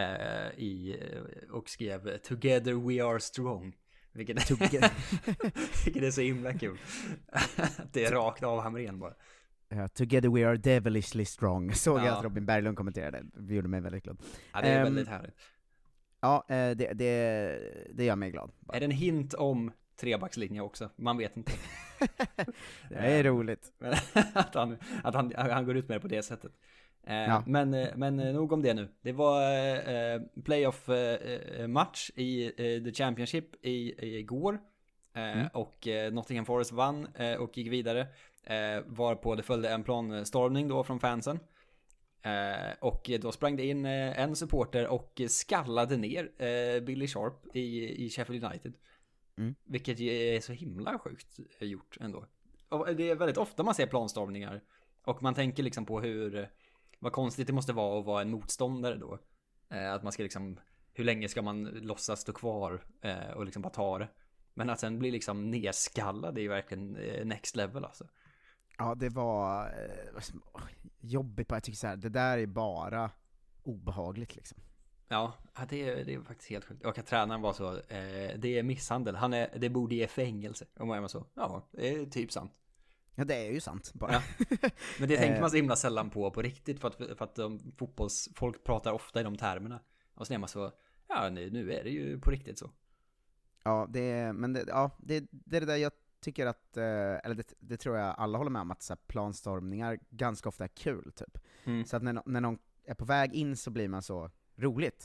och skrev "Together we are strong", vilket är så himla kul. Det är rakt av Hamrén bara. "Together we are devilishly strong", såg jag att Robin Berglund kommenterade. Det gjorde mig väldigt glad. Ja, det är väldigt härligt. Ja, det gör mig glad. Är det en hint om trebackslinje också? Man vet inte. Det är roligt. att han går ut med det på det sättet. Ja. Men nog om det nu. Det var playoff match i The Championship igår. Och Nottingham Forest vann och gick vidare. Varpå det följde en planstormning då från fansen. Och då sprang det in en supporter och skallade ner Billy Sharp i Sheffield United. Vilket är så himla sjukt gjort ändå. Och det är väldigt ofta man ser planstormningar och man tänker liksom på vad konstigt det måste vara att vara en motståndare då. Att man ska liksom, hur länge ska man låtsas stå kvar och liksom bara ta det. Men att sen bli liksom nedskallad, det är ju verkligen next level alltså. Ja, det var jobbigt på, jag tycker så här, det där är bara obehagligt liksom. Ja, det är faktiskt helt sjukt. Och att tränaren var så, det är misshandel, det borde ge fängelse. Och man är så, ja, det är typ sant. Ja, det är ju sant bara. Ja. Men det tänker man så himla sällan på riktigt, för att fotbollsfolk pratar ofta i de termerna. Och så är man så, ja, nu är det ju på riktigt så. Ja, det är det där jag tycker att, eller det tror jag alla håller med om, att så här, planstormningar ganska ofta är kul typ. Så att när någon är på väg in så blir man så roligt.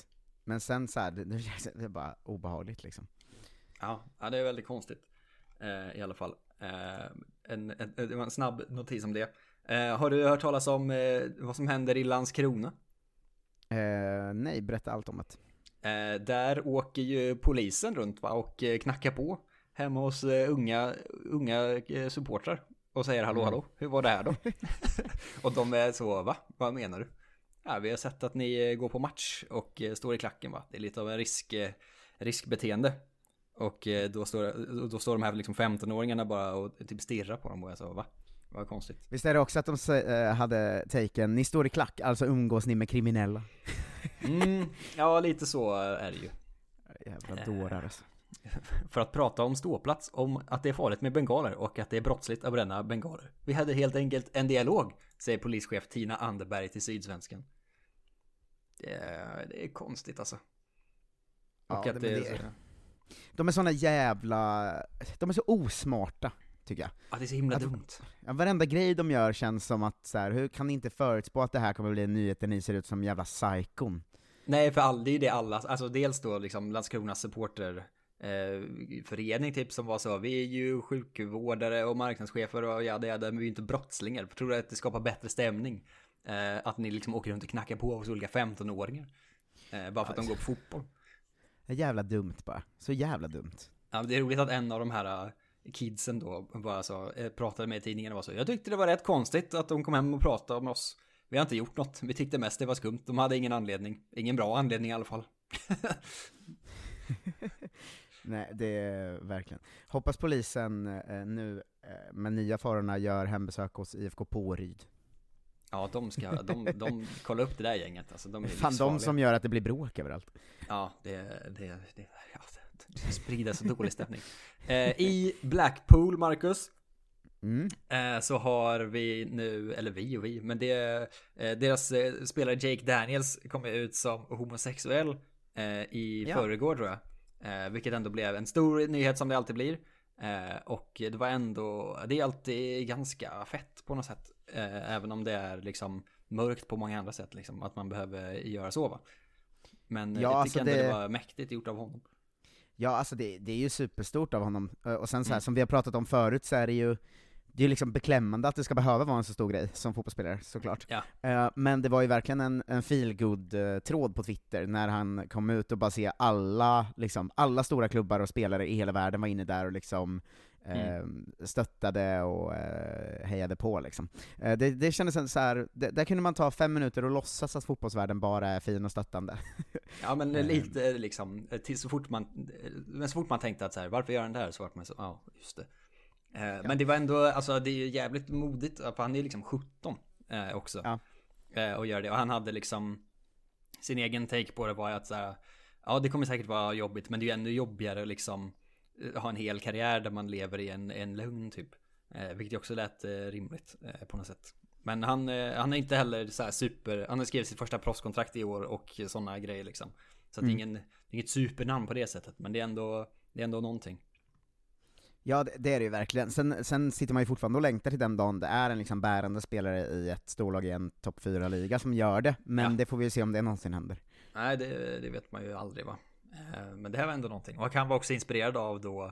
Men sen så här, det är bara obehagligt liksom. Ja, det är väldigt konstigt. I alla fall. Det var en snabb notis om det. Har du hört talas om vad som händer i Landskrona? Nej, berätta allt om det. Där åker ju polisen runt och knackar på hemma hos unga supportrar och säger hallå, hur var det här då? Och de är så, va? Vad menar du? Ja, vi har sett att ni går på match och står i klacken, va? Det är lite av en riskbeteende. Och då står de här liksom 15-åringarna bara och typ stirrar på dem och jag sa, va? Vad konstigt. Visst är det också att de hade taken, ni står i klack, alltså umgås ni med kriminella? Ja, lite så är det ju. Jävla dårar alltså. För att prata om ståplats, om att det är farligt med bengaler och att det är brottsligt att bränna bengaler. Vi hade helt enkelt en dialog, säger polischef Tina Anderberg till Sydsvenskan. Det är konstigt alltså. Och ja, att de är såna de är så osmarta, tycker jag. Ja, det är så himla dumt. Ja, varenda grej de gör känns som att så här, hur kan ni inte förutspå att det här kommer bli en nyhet där ni ser ut som jävla psykon? Nej, för det är ju det alla, alltså dels då liksom Landskronas supporter förening typ som var så, vi är ju sjukvårdare och marknadschefer och ja, men vi är ju inte brottslingar. Tror du att det skapar bättre stämning att ni liksom åker runt och knackar på hos olika 15-åringar bara för att de går på fotboll? Det är jävla dumt bara, så jävla dumt. Ja, det är roligt att en av de här kidsen då bara så pratade med i tidningen och var så, jag tyckte det var rätt konstigt att de kom hem och pratade om oss. Vi har inte gjort något, vi tyckte mest det var skumt. De hade ingen bra anledning i alla fall. Nej, det är verkligen. Hoppas polisen nu med nya farorna gör hembesök hos IFK Påryd. Ja, de kollar upp det där gänget. Alltså, de är fan de som gör att det blir bråk överallt. Ja, det sprider så dålig stämning. I Blackpool, Marcus, så har vi nu, eller vi, men deras spelare Jake Daniels kom ut som homosexuell i förrgår tror jag. Vilket ändå blev en stor nyhet som det alltid blir. Och det var ändå, det är alltid ganska fett på något sätt. Även om det är liksom mörkt på många andra sätt liksom, att man behöver göra så, va? Men jag tycker ändå det var mäktigt gjort av honom. Ja, alltså det är ju superstort av honom. Och sen så här, som vi har pratat om förut, så är det är ju liksom beklämmande att det ska behöva vara en så stor grej som fotbollsspelare, såklart. Ja. Men det var ju verkligen en feelgood-tråd på Twitter när han kom ut och bara se alla stora klubbar och spelare i hela världen var inne där och liksom stöttade och hejade på liksom. Det kändes så här, där kunde man ta 5 minuter och låtsas att fotbollsvärlden bara är fin och stöttande. Ja, men lite liksom, så fort man tänkte att så här, varför gör han det här, så vart man så, ja, just det. Men det var ändå, alltså det är ju jävligt modigt, för han är liksom 17 också. Och gör det, och han hade liksom sin egen take på det var att så här, ja, det kommer säkert vara jobbigt, men det är ju ännu jobbigare liksom ha en hel karriär där man lever i en lugn typ, vilket också lät rimligt på något sätt. Men han är inte heller så här han har skrivit sitt första proffskontrakt i år och sådana grejer liksom, så att det är inget supernamn på det sättet, men det är ändå någonting. Ja, det är det ju verkligen. Sen sitter man ju fortfarande och längtar till den dagen det är en liksom bärande spelare i ett storlag i en topp 4-liga som gör det, men det får vi ju se om det någonsin händer. Nej, det vet man ju aldrig, va. Men det här var ändå någonting. Och han var också inspirerad av då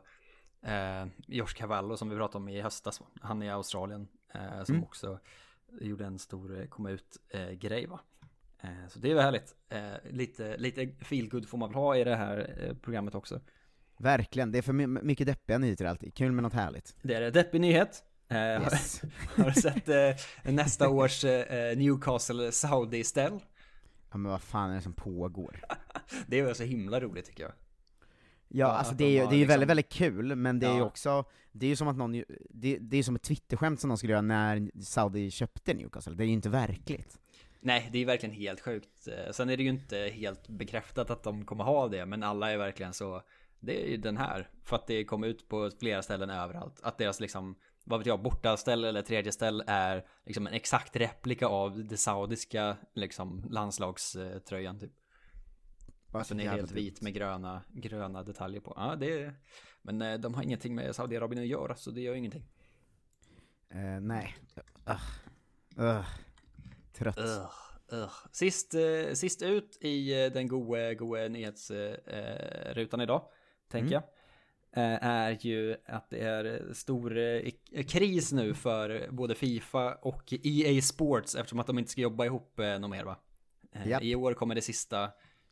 Josh Cavallo som vi pratade om i höstas. Han är i Australien som också gjorde en stor komma ut grej, va. Så det är väl härligt. Lite feel good får man väl ha i det här programmet också. Verkligen, det är för mycket deppiga nyheter alltid. Kul med något härligt. Det är en deppig nyhet. Yes. Har du sett nästa års Newcastle Saudi-ställ? Ja, men vad fan är det som pågår? Det är ju så himla roligt, tycker jag. Ja, alltså det är ju liksom väldigt, väldigt kul, men det är ju också, det är ju som att någon, det är som ett Twitterskämt som någon skulle göra när Saudi köpte Newcastle. Det är ju inte verkligt. Nej, det är verkligen helt sjukt. Sen är det ju inte helt bekräftat att de kommer ha det, men alla är verkligen så, det är ju den här, för att det kommer ut på flera ställen överallt, att deras liksom, vad vet jag, bortaställ eller tredje ställ är liksom en exakt replika av det saudiska liksom landslagströjan typ. Alltså den är helt vit med gröna detaljer på. Ja, men de har ingenting med Saudiarabien att göra, så det gör ingenting. Nej. Trött. Sist ut i den goa nyhetsrutan idag, tänker jag, är ju att det är stor kris nu för både FIFA och EA Sports, eftersom att de inte ska jobba ihop något mer, va? I år kommer det sista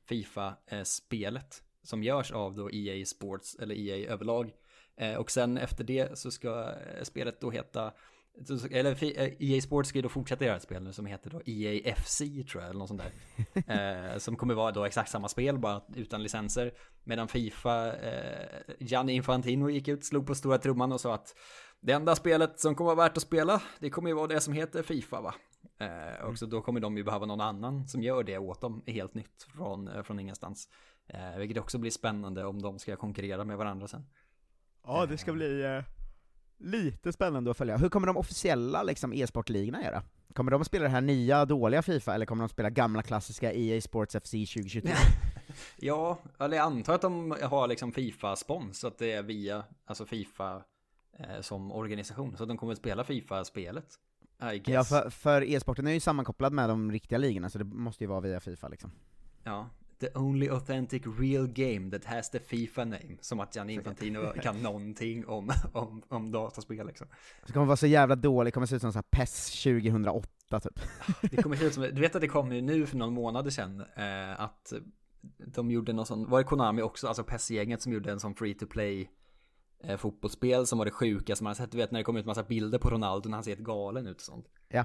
FIFA-spelet som görs av då EA Sports, eller EA överlag. Och sen efter det så ska spelet då heta, eller EA Sports ska ju då fortsätta göra ett spel nu som heter då EA FC, tror jag, eller något sånt där. Som kommer vara då exakt samma spel, bara utan licenser. Medan FIFA, Gianni Infantino gick ut, slog på stora trumman och sa att det enda spelet som kommer vara värt att spela, det kommer ju vara det som heter FIFA, va? Och så då kommer de ju behöva någon annan som gör det åt dem, helt nytt från ingenstans. Vilket också blir spännande om de ska konkurrera med varandra sen. Ja, det ska bli lite spännande att följa. Hur kommer de officiella liksom, e-sportligorna göra? Kommer de spela det här nya dåliga FIFA, eller kommer de spela gamla klassiska EA Sports FC 2023? Ja, eller jag antar att de har liksom FIFA-spons, så att det är via alltså FIFA som organisation, så att de kommer att spela FIFA-spelet. Ja, för e-sporten är ju sammankopplad med de riktiga ligorna, så det måste ju vara via FIFA liksom. Ja, the only authentic real game that has the FIFA name. Som att Gianni Infantino kan någonting om dataspel liksom. Det kommer vara så jävla dåligt, det kommer se ut som så här PES 2008 typ. Det kommer se ut som, du vet att det kom ju nu för någon månad sedan att de gjorde någon sån, var det Konami också, alltså PES-gänget som gjorde en sån free-to-play fotbollsspel som var det sjuka som man har sett, du vet när det kom ut massa bilder på Ronaldo när han ser ett galen ut och sånt. Ja.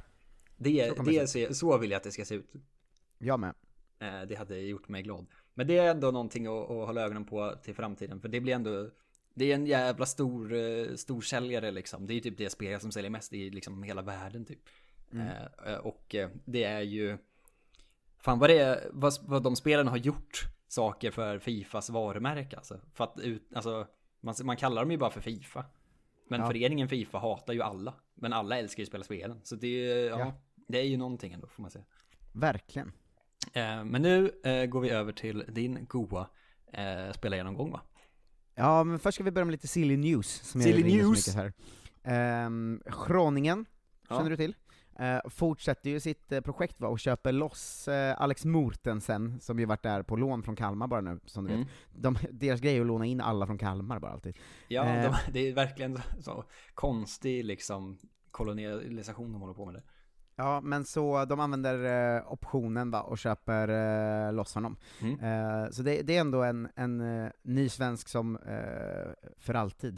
Så vill jag att det ska se ut. Jag med. Det hade gjort mig glad. Men det är ändå någonting att hålla ögonen på till framtiden, för det blir ändå, det är en jävla stor säljare liksom. Det är ju typ det spel som säljer mest i liksom hela världen typ. Och det är ju fan vad de spelen har gjort saker för FIFAs varumärke alltså. För att man kallar dem ju bara för FIFA. Men föreningen FIFA hatar ju alla. Men alla älskar ju att spela spelen. Så det är ju någonting ändå, får man säga. Verkligen. Men nu går vi över till din goa spela genomgång, va? Ja, men först ska vi börja med lite silly news som silly news. Så mycket här. Groningen, känner du till? Fortsätter ju sitt projekt, va, och köper loss Alex Mortensen, som ju varit där på lån från Kalmar bara nu, som du vet. Deras grej är att låna in alla från Kalmar bara alltid. Ja, det är verkligen så konstig liksom kolonialisation de håller på med det. Ja, men så de använder optionen, va, och köper loss honom. Så det är ändå en ny svensk som för alltid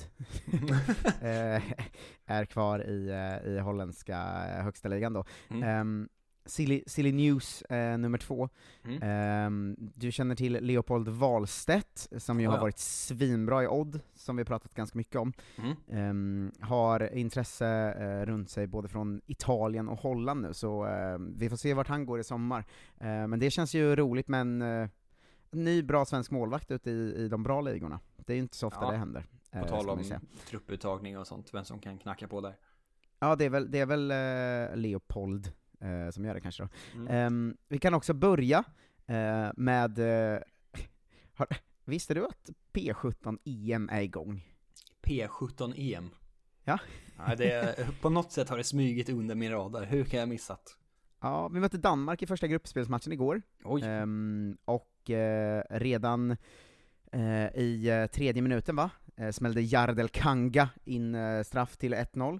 är kvar i holländska högsta ligan då. Silly news nummer 2. Du känner till Leopold Wahlstedt, som ju har varit svinbra i Odd, som vi pratat ganska mycket om. Har intresse runt sig både från Italien och Holland nu, så vi får se vart han går i sommar. Men det känns ju roligt med en ny bra svensk målvakt ute i de bra ligorna. Det är ju inte så ofta det händer. På tal om trupputtagning och sånt, vem som kan knacka på där. Ja, det är väl Leopold som gör det kanske då. Vi kan också börja med visste du att P17 EM är igång? P17 EM? Ja. På något sätt har det smugit under min radar. Hur kan jag missat? Ja, vi mötte Danmark i första gruppspelsmatchen igår. Och redan i tredje minuten, va? Smällde Jardel Kanga in straff till 1-0.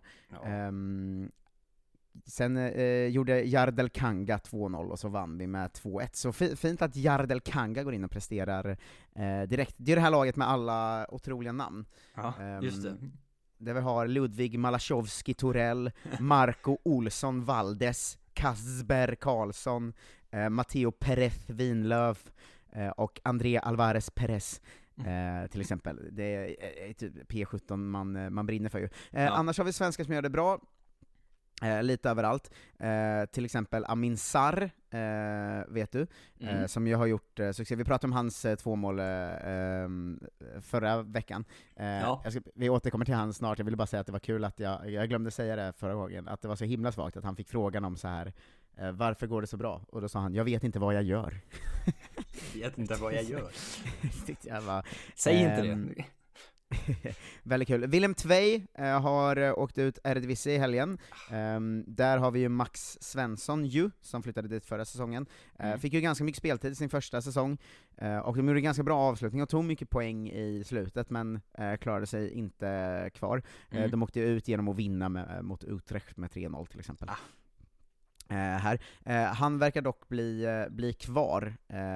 Sen gjorde Jardel Kanga 2-0 och så vann vi med 2-1. Så fint att Jardel Kanga går in och presterar direkt. Det är det här laget med alla otroliga namn. Ja, just det. Där vi har Ludvig Malachowski Torell, Marco Olsson Valdes, Kasper Karlsson, Matteo Perez Winlöf och André Alvarez Perez. Till exempel. Det är typ P17 man brinner för ju. Annars har vi svenskar som gör det bra. Lite överallt. Till exempel Amin Sarr, vet du, som ju har gjort succé. Vi pratade om hans 2 mål förra veckan. Vi återkommer till han snart. Jag ville bara säga att det var kul att jag glömde säga det förra gången, att det var så himla svagt att han fick frågan om så här: varför går det så bra? Och då sa han, jag vet inte vad jag gör. Jag vet inte vad jag gör. Bara, säg inte det. Väldigt kul. Willem Tvei har åkt ut Eredivisie i helgen. Där har vi ju Max Svensson som flyttade dit förra säsongen. Fick ju ganska mycket speltid i sin första säsong, och de gjorde ganska bra avslutning och tog mycket poäng i slutet, men klarade sig inte kvar. De åkte ut genom att vinna mot Utrecht med 3-0 till exempel. Här. Han verkar dock bli kvar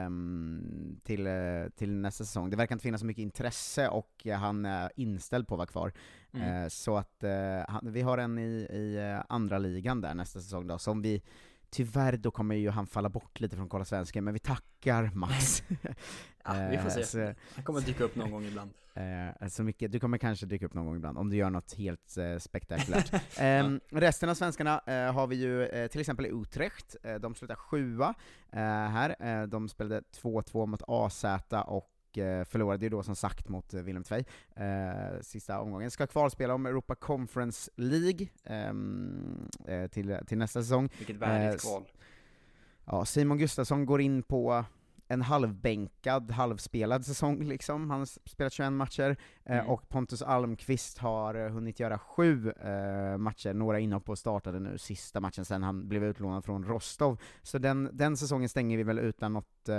till nästa säsong. Det verkar inte finnas så mycket intresse, och han är inställd på att vara kvar. Så att vi har en i andra ligan där nästa säsong då, som vi tyvärr, då kommer ju han falla bort lite från Kolla Svenska, men vi tackar Max. Vi får se. Han kommer dyka upp någon gång ibland. Så mycket, du kommer kanske dyka upp någon gång ibland, om du gör något helt spektakulärt. Resten av svenskarna har vi ju till exempel i Utrecht. De slutar 7:a här. De spelade 2-2 mot AZ och förlorade ju då som sagt mot Willem Tvei sista omgången. Ska kvalspela om Europa Conference League till nästa säsong. Vilket värdigt kval. Ja, Simon Gustafsson går in på en halvspelad säsong liksom. Han har spelat 21 matcher, och Pontus Almqvist har hunnit göra 7 matcher, några inhopp och startade nu sista matchen sen han blev utlånad från Rostov. Så den säsongen stänger vi väl utan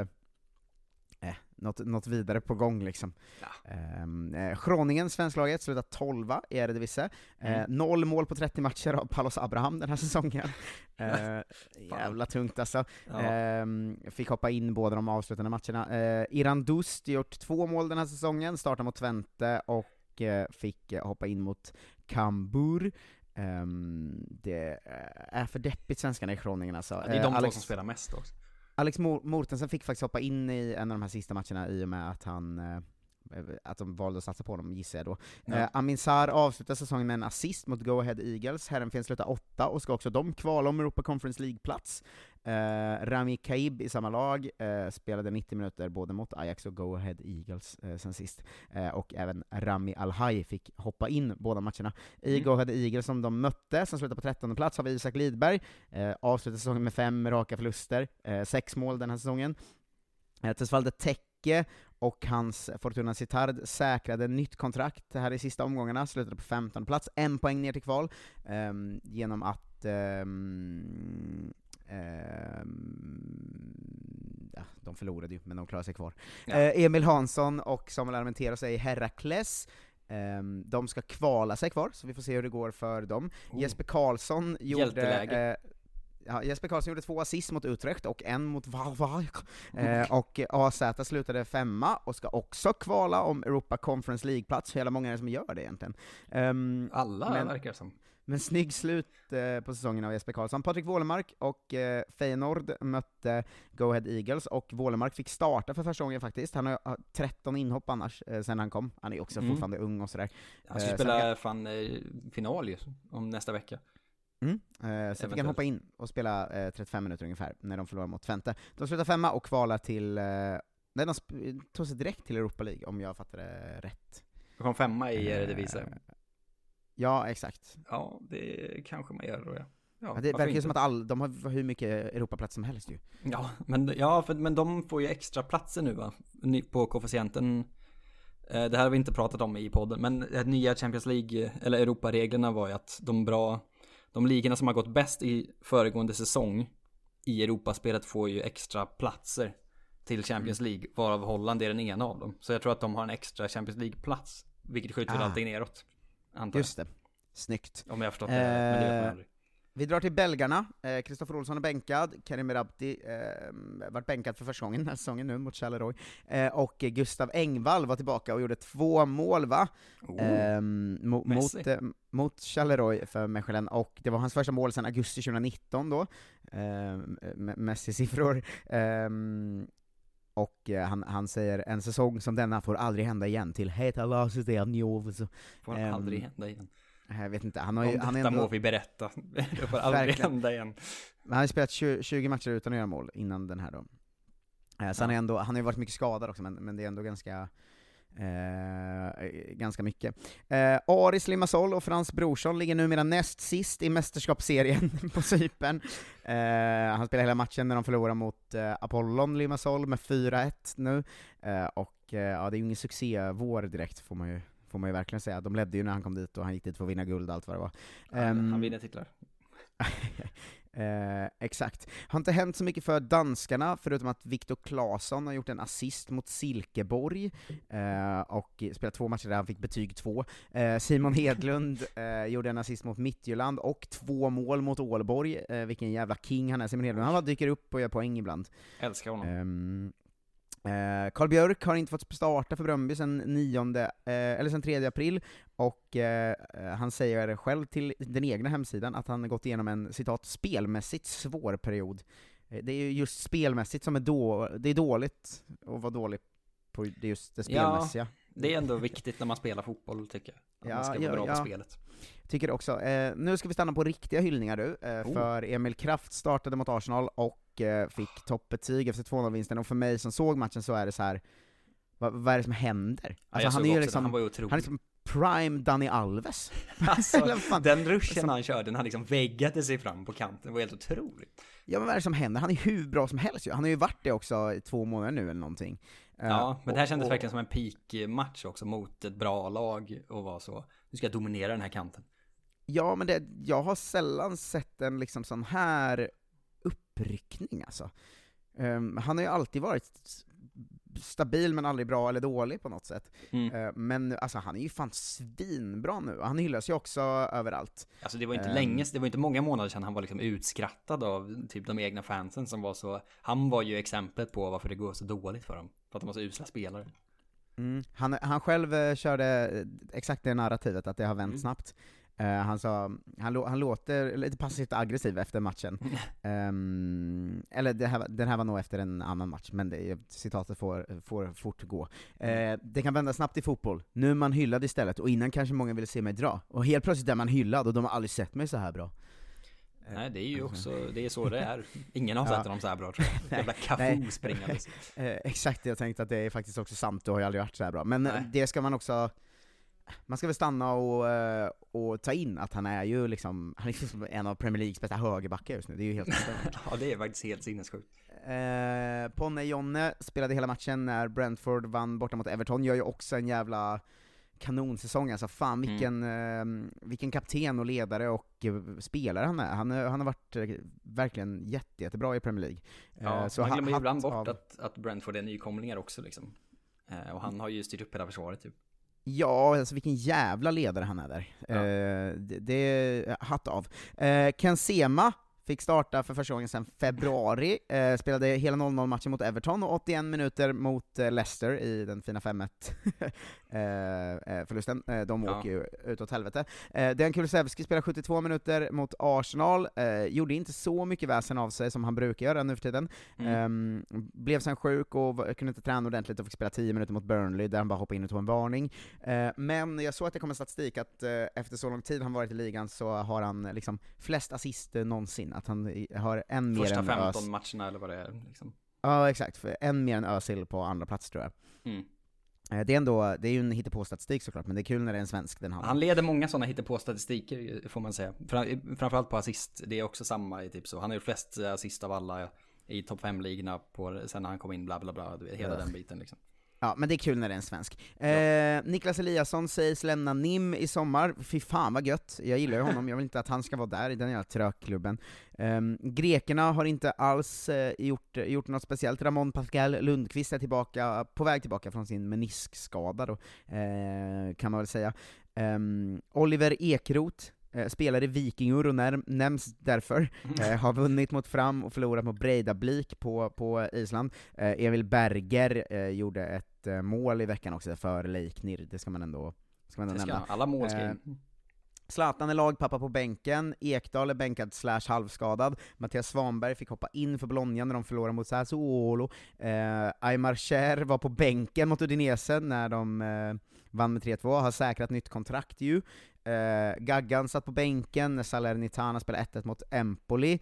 något vidare på gång liksom. Groningen, svensklaget, slutar 12:a i Eredivisie. 0 mål på 30 matcher av Palos Abraham den här säsongen. Jävla tungt alltså. Fick hoppa in båda de avslutande matcherna. Iran Dust gjort 2 mål den här säsongen, startade mot Twente och fick hoppa in mot Kambur. Det är för deppigt svenskarna i Groningen alltså. Det är de två som spelar mest också. Alex Mortensen fick faktiskt hoppa in i en av de här sista matcherna i och med att de valde att satsa på honom, gissar jag då. Amin Sarr avslutar säsongen med en assist mot Go Ahead Eagles. Herrenfen slutar 8 och ska också de kvala om Europa Conference League-plats. Rami Kaib i samma lag spelade 90 minuter både mot Ajax och Go Ahead Eagles sen sist. Och även Rami Alhaj fick hoppa in båda matcherna. I Go Ahead Eagles som de mötte, som slutar på 13:e plats, har vi Isak Lidberg. Avslutar säsongen med 5 raka förluster. 6 mål den här säsongen. Tesvalde Tekke och hans Fortuna Sittard säkrade nytt kontrakt här i sista omgångarna, slutade på 15:e plats, 1 poäng ner till kval, genom att de förlorade ju, men de klarade sig kvar. Emil Hansson och Samuel Armenteros är i Herakles. De ska kvala sig kvar, så vi får se hur det går för dem. Jesper Karlsson gjorde 2 assist mot Utrecht och 1 mot Valvik. Och AZ slutade 5:a och ska också kvala om Europa Conference League-plats. Hela många är det som gör det egentligen. Alla verkar som. Men snygg slut på säsongen av Jesper Karlsson. Patrik Wålemark och Feyenoord mötte Go Ahead Eagles, och Wålemark fick starta för första gången faktiskt. Han har 13 inhopp annars sen han kom. Han är också fortfarande ung och sådär. Han ska spela final ju, om nästa vecka. Så fick han hoppa in och spela 35 minuter ungefär när de förlorar mot Twente. De slutar 5:a och kvalar till de tog sig direkt till Europa League, om jag fattar det rätt. De kom 5:a i Eredivisie. Ja, exakt. Ja, det kanske man gör då, ja. Det verkar ju som att de har hur mycket Europaplats som helst ju. Men de får ju extra platser nu va? På koefficienten. Det här har vi inte pratat om i podden, men nya Champions League eller Europa-reglerna var ju att de ligorna som har gått bäst i föregående säsong i Europaspelet får ju extra platser till Champions League, varav Holland är den ena av dem. Så jag tror att de har en extra Champions League-plats, vilket skjuter allting neråt. Just det, snyggt. Om jag har förstått det, men det vet man aldrig. Vi drar till belgarna. Kristoffer Olsson är bänkad. Karim Merabti vart bänkad för första gången den här säsongen nu mot Charleroi. Och Gustav Engvall var tillbaka och gjorde 2 mål va? Mot Charleroi för Mechelen. Och det var hans första mål sedan augusti 2019 då. Messi-siffror. Och han säger en säsong som denna får aldrig hända igen till Heta Lasus de Anjov. Får aldrig hända igen. Jag vet inte, detta må vi berätta. Det får aldrig hända igen. Han har spelat 20 matcher utan att göra mål innan den här då. Så han har ju varit mycket skadad också, men det är ändå ganska mycket. Aris Limassol och Frans Brorsson ligger numera näst sist i mästerskapsserien på Cypern. Han spelar hela matchen när de förlorar mot Apollon Limassol med 4-1 nu. Och det är ju ingen succé vår direkt får man ju får man ju verkligen säga. De ledde ju när han kom dit och han gick dit för att vinna guld och allt vad det var. Han vinner titlar. Exakt. Har inte hänt så mycket för danskarna, förutom att Viktor Claesson har gjort en assist mot Silkeborg och spelat 2 matcher där han fick betyg 2. Simon Hedlund gjorde en assist mot Midtjylland och 2 mål mot Ålborg. Vilken jävla king han är, Simon Hedlund. Han bara dyker upp och gör poäng ibland. Älskar honom. Carl Björk har inte fått starta för Bröndby sen 3 april, och han säger själv till den egna hemsidan att han gått igenom en, citat, spelmässigt svår period. Det är ju just spelmässigt som det är dåligt att vara dålig på just det spelmässiga. Ja, det är ändå viktigt när man spelar fotboll, tycker jag. Att man ska vara bra på spelet. Tycker det också. Nu ska vi stanna på riktiga hyllningar du, för Emil Kraft startade mot Arsenal och fick toppbetyg efter 2-0-vinsten, och för mig som såg matchen så är det så här: vad är det som händer? Alltså, han är ju liksom, han var ju otrolig. Han är liksom prime Dani Alves. Alltså, den ruschen han körde, han liksom väggade sig fram på kanten, det var helt otroligt. Ja, men vad är det som händer? Han är hur bra som helst ju. Han har ju varit det också i 2 månader nu eller någonting. Ja, men det här kändes verkligen som en peak-match också mot ett bra lag, och var så, nu ska jag dominera den här kanten. Ja, men jag har sällan sett en liksom sån här uppryckning alltså. Han har ju alltid varit stabil men aldrig bra eller dålig på något sätt. Men alltså, han är ju fan svinbra nu. Han hyllas ju också överallt. Alltså det var inte det var inte många månader sedan han var liksom utskrattad av typ de egna fansen som var så. Han var ju exemplet på varför det går så dåligt för dem. För att de var så usla spelare. Han själv körde exakt det narrativet, att det har vänt snabbt. Han sa, han låter lite passivt aggressiv efter matchen. Eller den här var nog efter en annan match, men citatet får fort gå. Det kan vända snabbt i fotboll. Nu är man hyllad istället, och innan kanske många ville se mig dra. Och helt plötsligt är man hyllad, och de har aldrig sett mig så här bra. Nej, det är ju också, det är så det är. Ingen har sett dem så här bra, tror jag. Jävla Cafu springande. Exakt, jag tänkte att det är faktiskt också sant, du har ju aldrig varit så här bra. Men det ska man också, man ska väl stanna och ta in att han är ju liksom, han är liksom en av Premier Leagues bästa högerbackar just nu. Det är ju helt ja, det är faktiskt helt sinnessjukt. Ponne Jonne spelade hela matchen när Brentford vann borta mot Everton. Gör ju också en jävla kanonsäsong, alltså fan vilken kapten och ledare och spelare han är. Han har varit verkligen jättebra i Premier League. Ja, så man glömmer ju ibland bort att Brentford är nykomlingar också liksom. Och han har ju styrt upp hela försvaret typ. Ja, alltså vilken jävla ledare han är där. Det är hatt av. Ken Sema fick starta för första gången sedan februari, spelade hela 0-0-matchen mot Everton och 81 minuter mot Leicester i den fina 5-1 förlusten. De åker ju utåt helvete. Dejan Kulusevski spelade 72 minuter mot Arsenal, gjorde inte så mycket väsen av sig som han brukar göra nu för tiden. Blev sen sjuk och kunde inte träna ordentligt och fick spela 10 minuter mot Burnley där han bara hoppade in och tog en varning. Men jag såg att det kommer statistik att efter så lång tid han varit i ligan så har han liksom flest assist någonsin. Att han har en mer än 15 matcherna eller vad det är liksom. Ja, exakt, för en mer än Özil på andra plats tror jag. Det är ju en hittepå-statistik såklart, men det är kul när det är en svensk den har. Han leder många sådana hittepå-statistiker får man säga. Framförallt på assist, det är också samma i typ så. Han har ju flest assist av alla i topp 5-ligorna sen när han kom in, bla bla bla, hela den biten liksom. Ja, men det är kul när det är en svensk. Niklas Eliasson sägs lämna NIM i sommar. Fy fan vad gött, jag gillar ju honom. Jag vill inte att han ska vara där i den här trökklubben. Grekerna har inte alls gjort något speciellt. Ramon Pascal Lundqvist är på väg tillbaka från sin meniskskada då, kan man väl säga. Oliver Ekroth spelar i Vikingur och nämns därför. Har vunnit mot Fram och förlorat mot Breiðablik på Island. Emil Berger gjorde ett mål i veckan också för Leiknir. Det ska man ändå nämna. Alla mål ska Zlatan är lagpappa på bänken. Ekdal är bänkad / halvskadad. Mattias Svanberg fick hoppa in för Bologna när de förlorade mot Sassuolo. Aymar Cher var på bänken mot Udinese när de vann med 3-2. Har säkrat nytt kontrakt ju. Gaggan satt på bänken när Salernitana spelade 1-1 mot Empoli.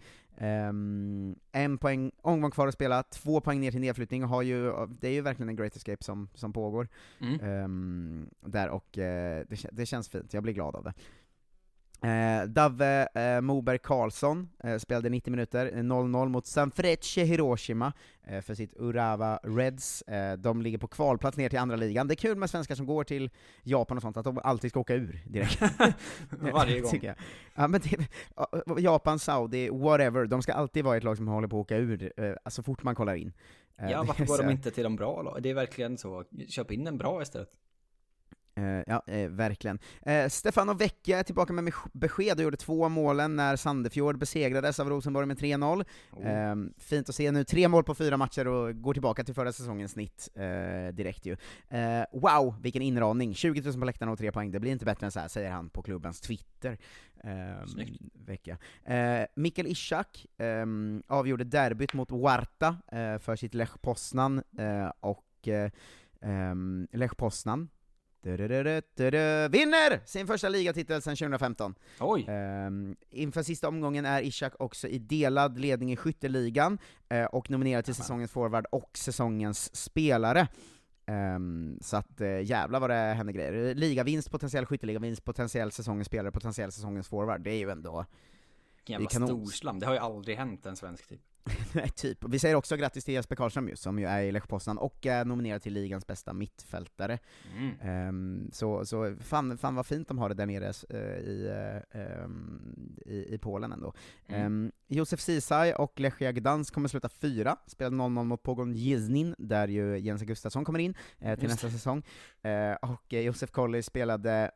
1 poäng, omgång kvar att spela, 2 poäng ner till nedflyttning. Det är ju verkligen en great escape som pågår där, och det känns fint, jag blir glad av det. Dave Moberg Karlsson spelade 90 minuter, 0-0 mot Sanfrecce Hiroshima för sitt Urawa Reds. De ligger på kvalplats ner till andra ligan. Det är kul med svenskar som går till Japan och sånt, att de alltid ska åka ur direkt. Varje gång. Ja, men Japan, Saudi, whatever, de ska alltid vara ett lag som håller på att åka ur så fort man kollar in. Ja, varför går de inte till de bra lag? Det är verkligen så. Köp in en bra istället. Verkligen. Stefano Vecchia är tillbaka med besked och gjorde 2 målen när Sandefjord besegrades av Rosenborg med 3-0. Fint att se nu, 3 mål på 4 matcher och går tillbaka till förra säsongens snitt direkt ju. Wow, vilken inramning, 20 000 på läktarna och 3 poäng, det blir inte bättre än så här, säger han på klubbens Twitter. Vecchia. Mikael Ishak avgjorde derbyt mot Warta för sitt Lech Poznan och Lech Poznan vinner sin första ligatitel sedan 2015. Oj. Inför sista omgången är Ishak också i delad ledning i skytteligan och nominerad till säsongens forward och säsongens spelare. Så att jävla vad det händer grejer. Ligavinst, potentiell skytteligavinst, potentiell säsongens spelare, potentiell säsongens forward. Det är ju ändå jävla storslam. Det har ju aldrig hänt en svensk typ. Nej, typ. Vi säger också grattis till Jesper Karlström just, som ju är i Lech Poznan och är nominerad till ligans bästa mittfältare. Så fan vad fint de har det där nere i Polen ändå. Josef Ceesay och Lechia Gdansk kommer sluta 4, spelade 0-0 mot Pogon Giznin, där ju Jens Gustafsson kommer in till nästa säsong. Och Josef Colley spelade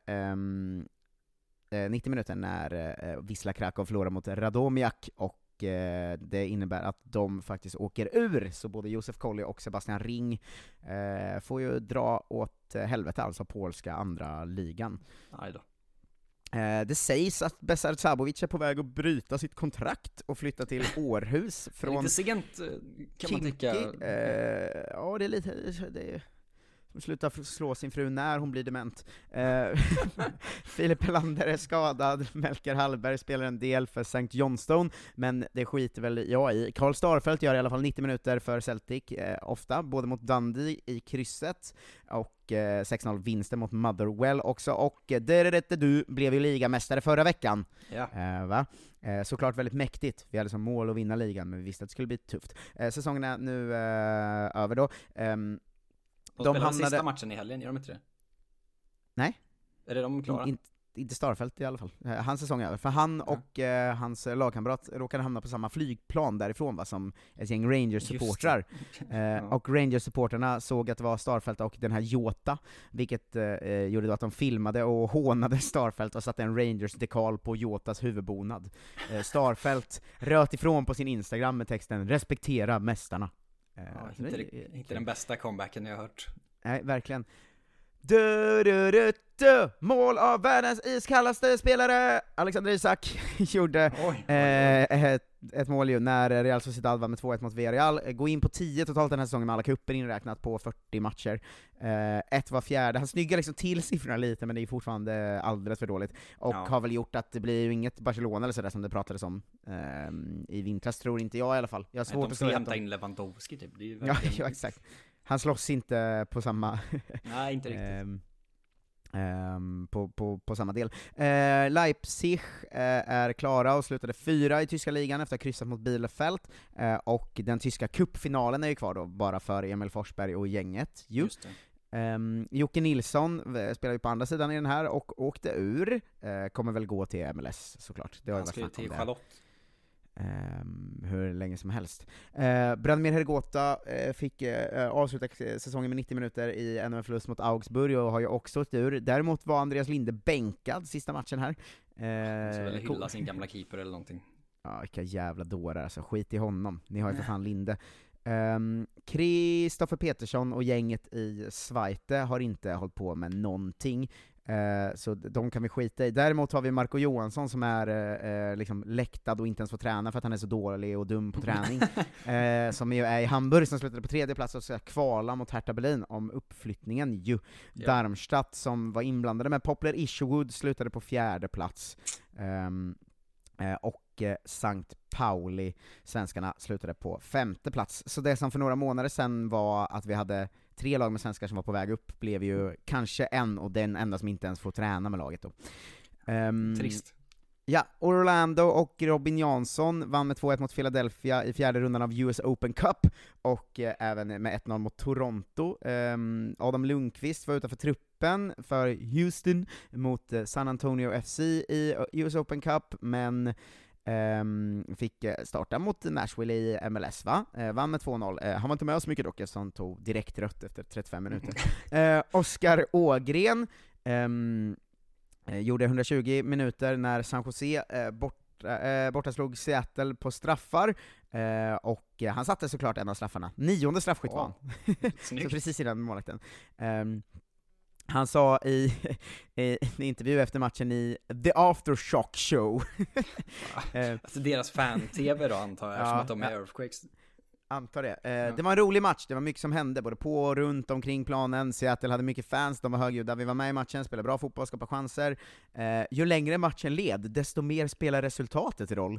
90 minuter när Wisla Krakow förlorade mot Radomiak, och det innebär att de faktiskt åker ur, så både Josef Colley och Sebastian Ring får ju dra åt helvete, alltså polska andra ligan. Aj då. Det sägs att Besar Cabovic är på väg att bryta sitt kontrakt och flytta till Århus från lite sent kan man tycka. Ja, det är lite sluta slå sin fru när hon blir dement. Filip Lander är skadad, Melker Hallberg spelar en del för St. Johnstone, men det skiter väl jag i. Karl Starfelt gör i alla fall 90 minuter för Celtic, ofta, både mot Dundee i krysset och 6-0 vinsten mot Motherwell också, och du blev ju ligamästare förra veckan. Va? Såklart väldigt mäktigt. Vi hade som mål att vinna ligan, men vi visste att det skulle bli tufft. Säsongen är nu över då. De hamnade sista matchen i helgen, gör de inte det? Nej. Är det de klara? Inte Starfelt i alla fall. Hans säsong är över. För han och hans lagkamrat råkade hamna på samma flygplan därifrån, va, som ett gäng Rangers-supportrar. Och Rangers-supporterna såg att det var Starfelt och den här Jota, vilket gjorde då att de filmade och hånade Starfelt och satte en Rangers-dekal på Jotas huvudbonad. Starfelt röt ifrån på sin Instagram med texten "Respektera mästarna". Inte den bästa comebacken jag har hört. Nej, verkligen. Mål av världens iskallaste spelare! Alexander Isak gjorde ett mål ju när Real Sociedad var med 2-1 mot Villarreal. Gå in på 10 totalt den här säsongen med alla kupper inräknat på 40 matcher. 1 var fjärde. Han snyggar liksom till siffrorna lite, men det är fortfarande alldeles för dåligt. Och har väl gjort att det blir ju inget Barcelona eller sådär som det pratades om i vintras, tror inte jag i alla fall. Jag har svårt att se hämta in Lewandowski typ. Det är ju ja, exakt. Han slåss inte på samma nej, inte riktigt. På samma del. Leipzig är klara och slutade 4 i tyska ligan efter att ha kryssat mot Bielefeld, och den tyska cupfinalen är ju kvar då, bara för Emil Forsberg och gänget. Just det. Jocke Nilsson spelar ju på andra sidan i den här och åkte ur, kommer väl gå till MLS såklart. Det har han ska till Charlotte. Hur länge som helst. Branimir Hergota fick avsluta säsongen med 90 minuter i en förlust mot Augsburg och har ju också ett ur. Däremot var Andreas Linde bänkad sista matchen här. Så väl hylla sin gamla keeper eller någonting. Ja, vilka jävla dårar alltså. Skit i honom. Ni har ju för fan Linde. Kristoffer Petersson och gänget i Schweite har inte hållit på med någonting. Så de kan vi skita i. Däremot har vi Marco Johansson som är liksom läktad och inte ens får träna för att han är så dålig och dum på träning. Som ju är i Hamburg, som slutade på 3:e plats och ska kvala mot Hertha Berlin om uppflyttningen ju. Darmstadt som var inblandade med Poplar Isherwood slutade på 4:e plats. Och Sankt Pauli, svenskarna, slutade på 5:e plats. Så det som för några månader sedan var att vi hade 3 lag med svenskar som var på väg upp blev ju kanske en, och den enda som inte ens får träna med laget då. Trist. Ja, Orlando och Robin Jansson vann med 2-1 mot Philadelphia i fjärde rundan av US Open Cup, och även med 1-0 mot Toronto. Adam Lundqvist var utanför truppen för Houston mot San Antonio FC i US Open Cup, men fick starta mot Nashville i MLS, va? Vann med 2-0. Han var inte med så mycket dock, eftersom han tog direkt rött efter 35 minuter. Oskar Ågren gjorde 120 minuter när San Jose borta slog Seattle på straffar, och han satte såklart en av straffarna. 9:e straffskytt var han. Så precis innan målvakten. Han sa i en intervju efter matchen i The Aftershock Show. Alltså deras fan-tv då, antar jag, eftersom att de är Earthquakes. Antar det. Det var en rolig match, det var mycket som hände, både på och runt omkring planen. Seattle hade mycket fans, de var högljudda, vi var med i matchen, spelade bra fotboll, skapade chanser. Ju längre matchen led, desto mer spelar resultatet roll.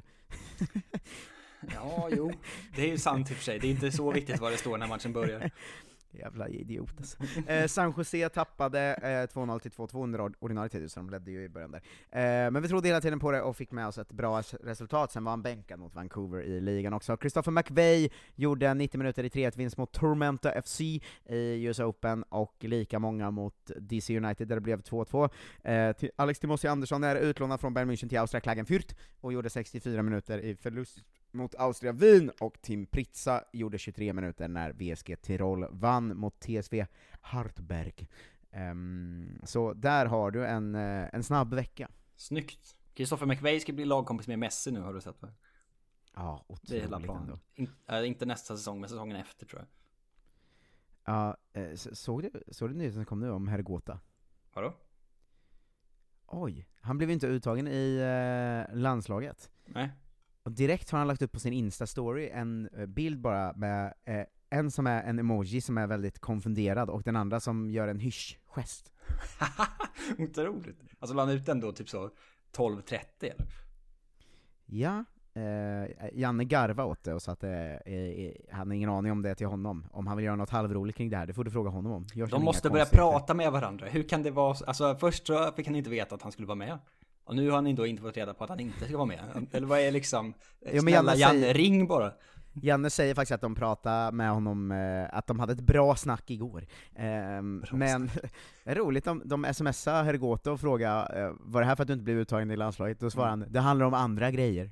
Ja, jo. Det är ju sant i och för sig, det är inte så viktigt vad det står när matchen börjar. Jävla idiot alltså. San Jose tappade 2-0 till 2-2 under ordinarie tid, så de ledde ju i början där. Men vi trodde hela tiden på det och fick med oss ett bra resultat. Sen var han bänkad mot Vancouver i ligan också. Christopher McVeigh gjorde 90 minuter i 3-1-vinst mot Tormenta FC i US Open, och lika många mot DC United där det blev 2-2. Alex Timossi Andersson är utlånad från Bayern München till Austria Klagenfurt och gjorde 64 minuter i förlust mot Austria Wien, och Tim Pritsa gjorde 23 minuter när VSG Tirol vann mot TSV Hartberg. Så där har du en snabb vecka. Snyggt. Christopher McVeigh ska bli lagkompis med Messi nu, har du sett, va? Ja, otroligt. Det är hela planen. Inte nästa säsong, men säsongen efter, tror jag. Ja, såg du nyheten som kom nu om Hergota? Vadå? Oj, han blev inte uttagen i landslaget. Nej. Och direkt har han lagt upp på sin Insta-story en bild bara med en som är en emoji som är väldigt konfunderad, och den andra som gör en hysch-gest. Inte roligt. Alltså la han ut ändå typ så 12:30 eller? Ja, Janne garva åt det och så att han har ingen aning om det till honom. Om han vill göra något halvroligt kring det här, det får du fråga honom om. De måste börja prata med varandra. Hur kan det vara? Alltså först så fick han inte veta att han skulle vara med. Och nu har han inte fått reda på att han inte ska vara med. Eller vad är liksom... Snälla Janne, ring bara. Janne säger faktiskt att de pratade med honom, att de hade ett bra snack igår. Men det är roligt om de smsar Hergota och frågar var det här för att du inte blev uttagen i landslaget? Då svarar han, det handlar om andra grejer.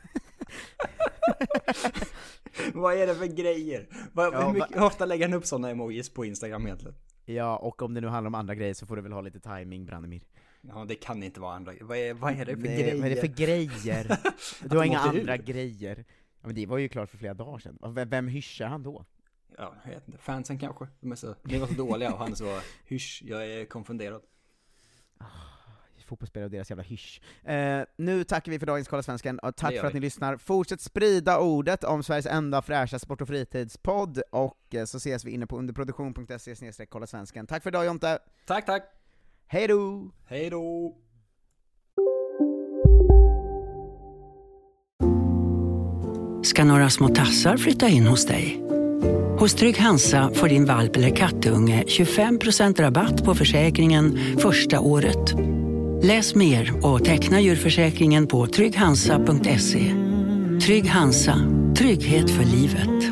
Vad är det för grejer? Hur ofta lägger han upp sådana emojis på Instagram egentligen? Ja, och om det nu handlar om andra grejer så får du väl ha lite timing, Branimir. Ja, det kan inte vara andra. Vad är det för grejer? Vad är det för grejer? Du har inga andra grejer. Ja, men det var ju klart för flera dagar sedan. Vem hyschar han då? Ja, jag vet inte. Fansen kanske. De var så dåliga och han så hysch. Jag är konfunderad. Fotbollsspelare och deras jävla hysch. Nu tackar vi för dagens Kolla Svensken. Tack för att ni lyssnar. Fortsätt sprida ordet om Sveriges enda fräscha sport- och fritidspodd. Och så ses vi inne på underproduktion.se/Kolla Svensken. Tack för idag, Jonte. Tack. Hej då! Hej då! Ska några små tassar flytta in hos dig? Hos Trygg Hansa får din valp eller kattunge 25% rabatt på försäkringen första året. Läs mer och teckna djurförsäkringen på trygghansa.se. Trygg Hansa, trygghet för livet.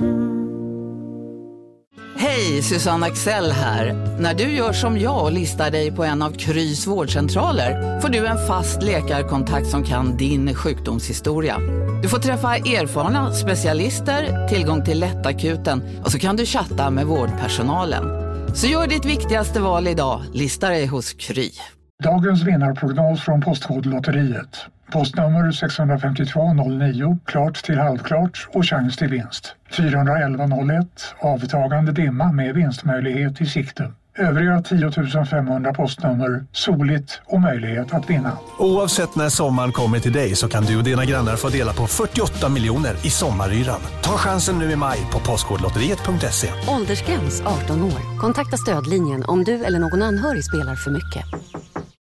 Hej, Susanne Axel här. När du gör som jag och listar dig på en av Krys vårdcentraler får du en fast läkarkontakt som kan din sjukdomshistoria. Du får träffa erfarna specialister, tillgång till lättakuten och så kan du chatta med vårdpersonalen. Så gör ditt viktigaste val idag, lista dig hos Kry. Dagens vinnarprognos från Postkodlotteriet. Postnummer 65209, klart till halvklart och chans till vinst. 41101, avtagande dimma med vinstmöjlighet i sikte. Övriga 10 500 postnummer, soligt och möjlighet att vinna. Oavsett när sommaren kommer till dig så kan du och dina grannar få dela på 48 miljoner i sommaryran. Ta chansen nu i maj på postkodlotteriet.se. Åldersgräns 18 år. Kontakta stödlinjen om du eller någon anhörig spelar för mycket.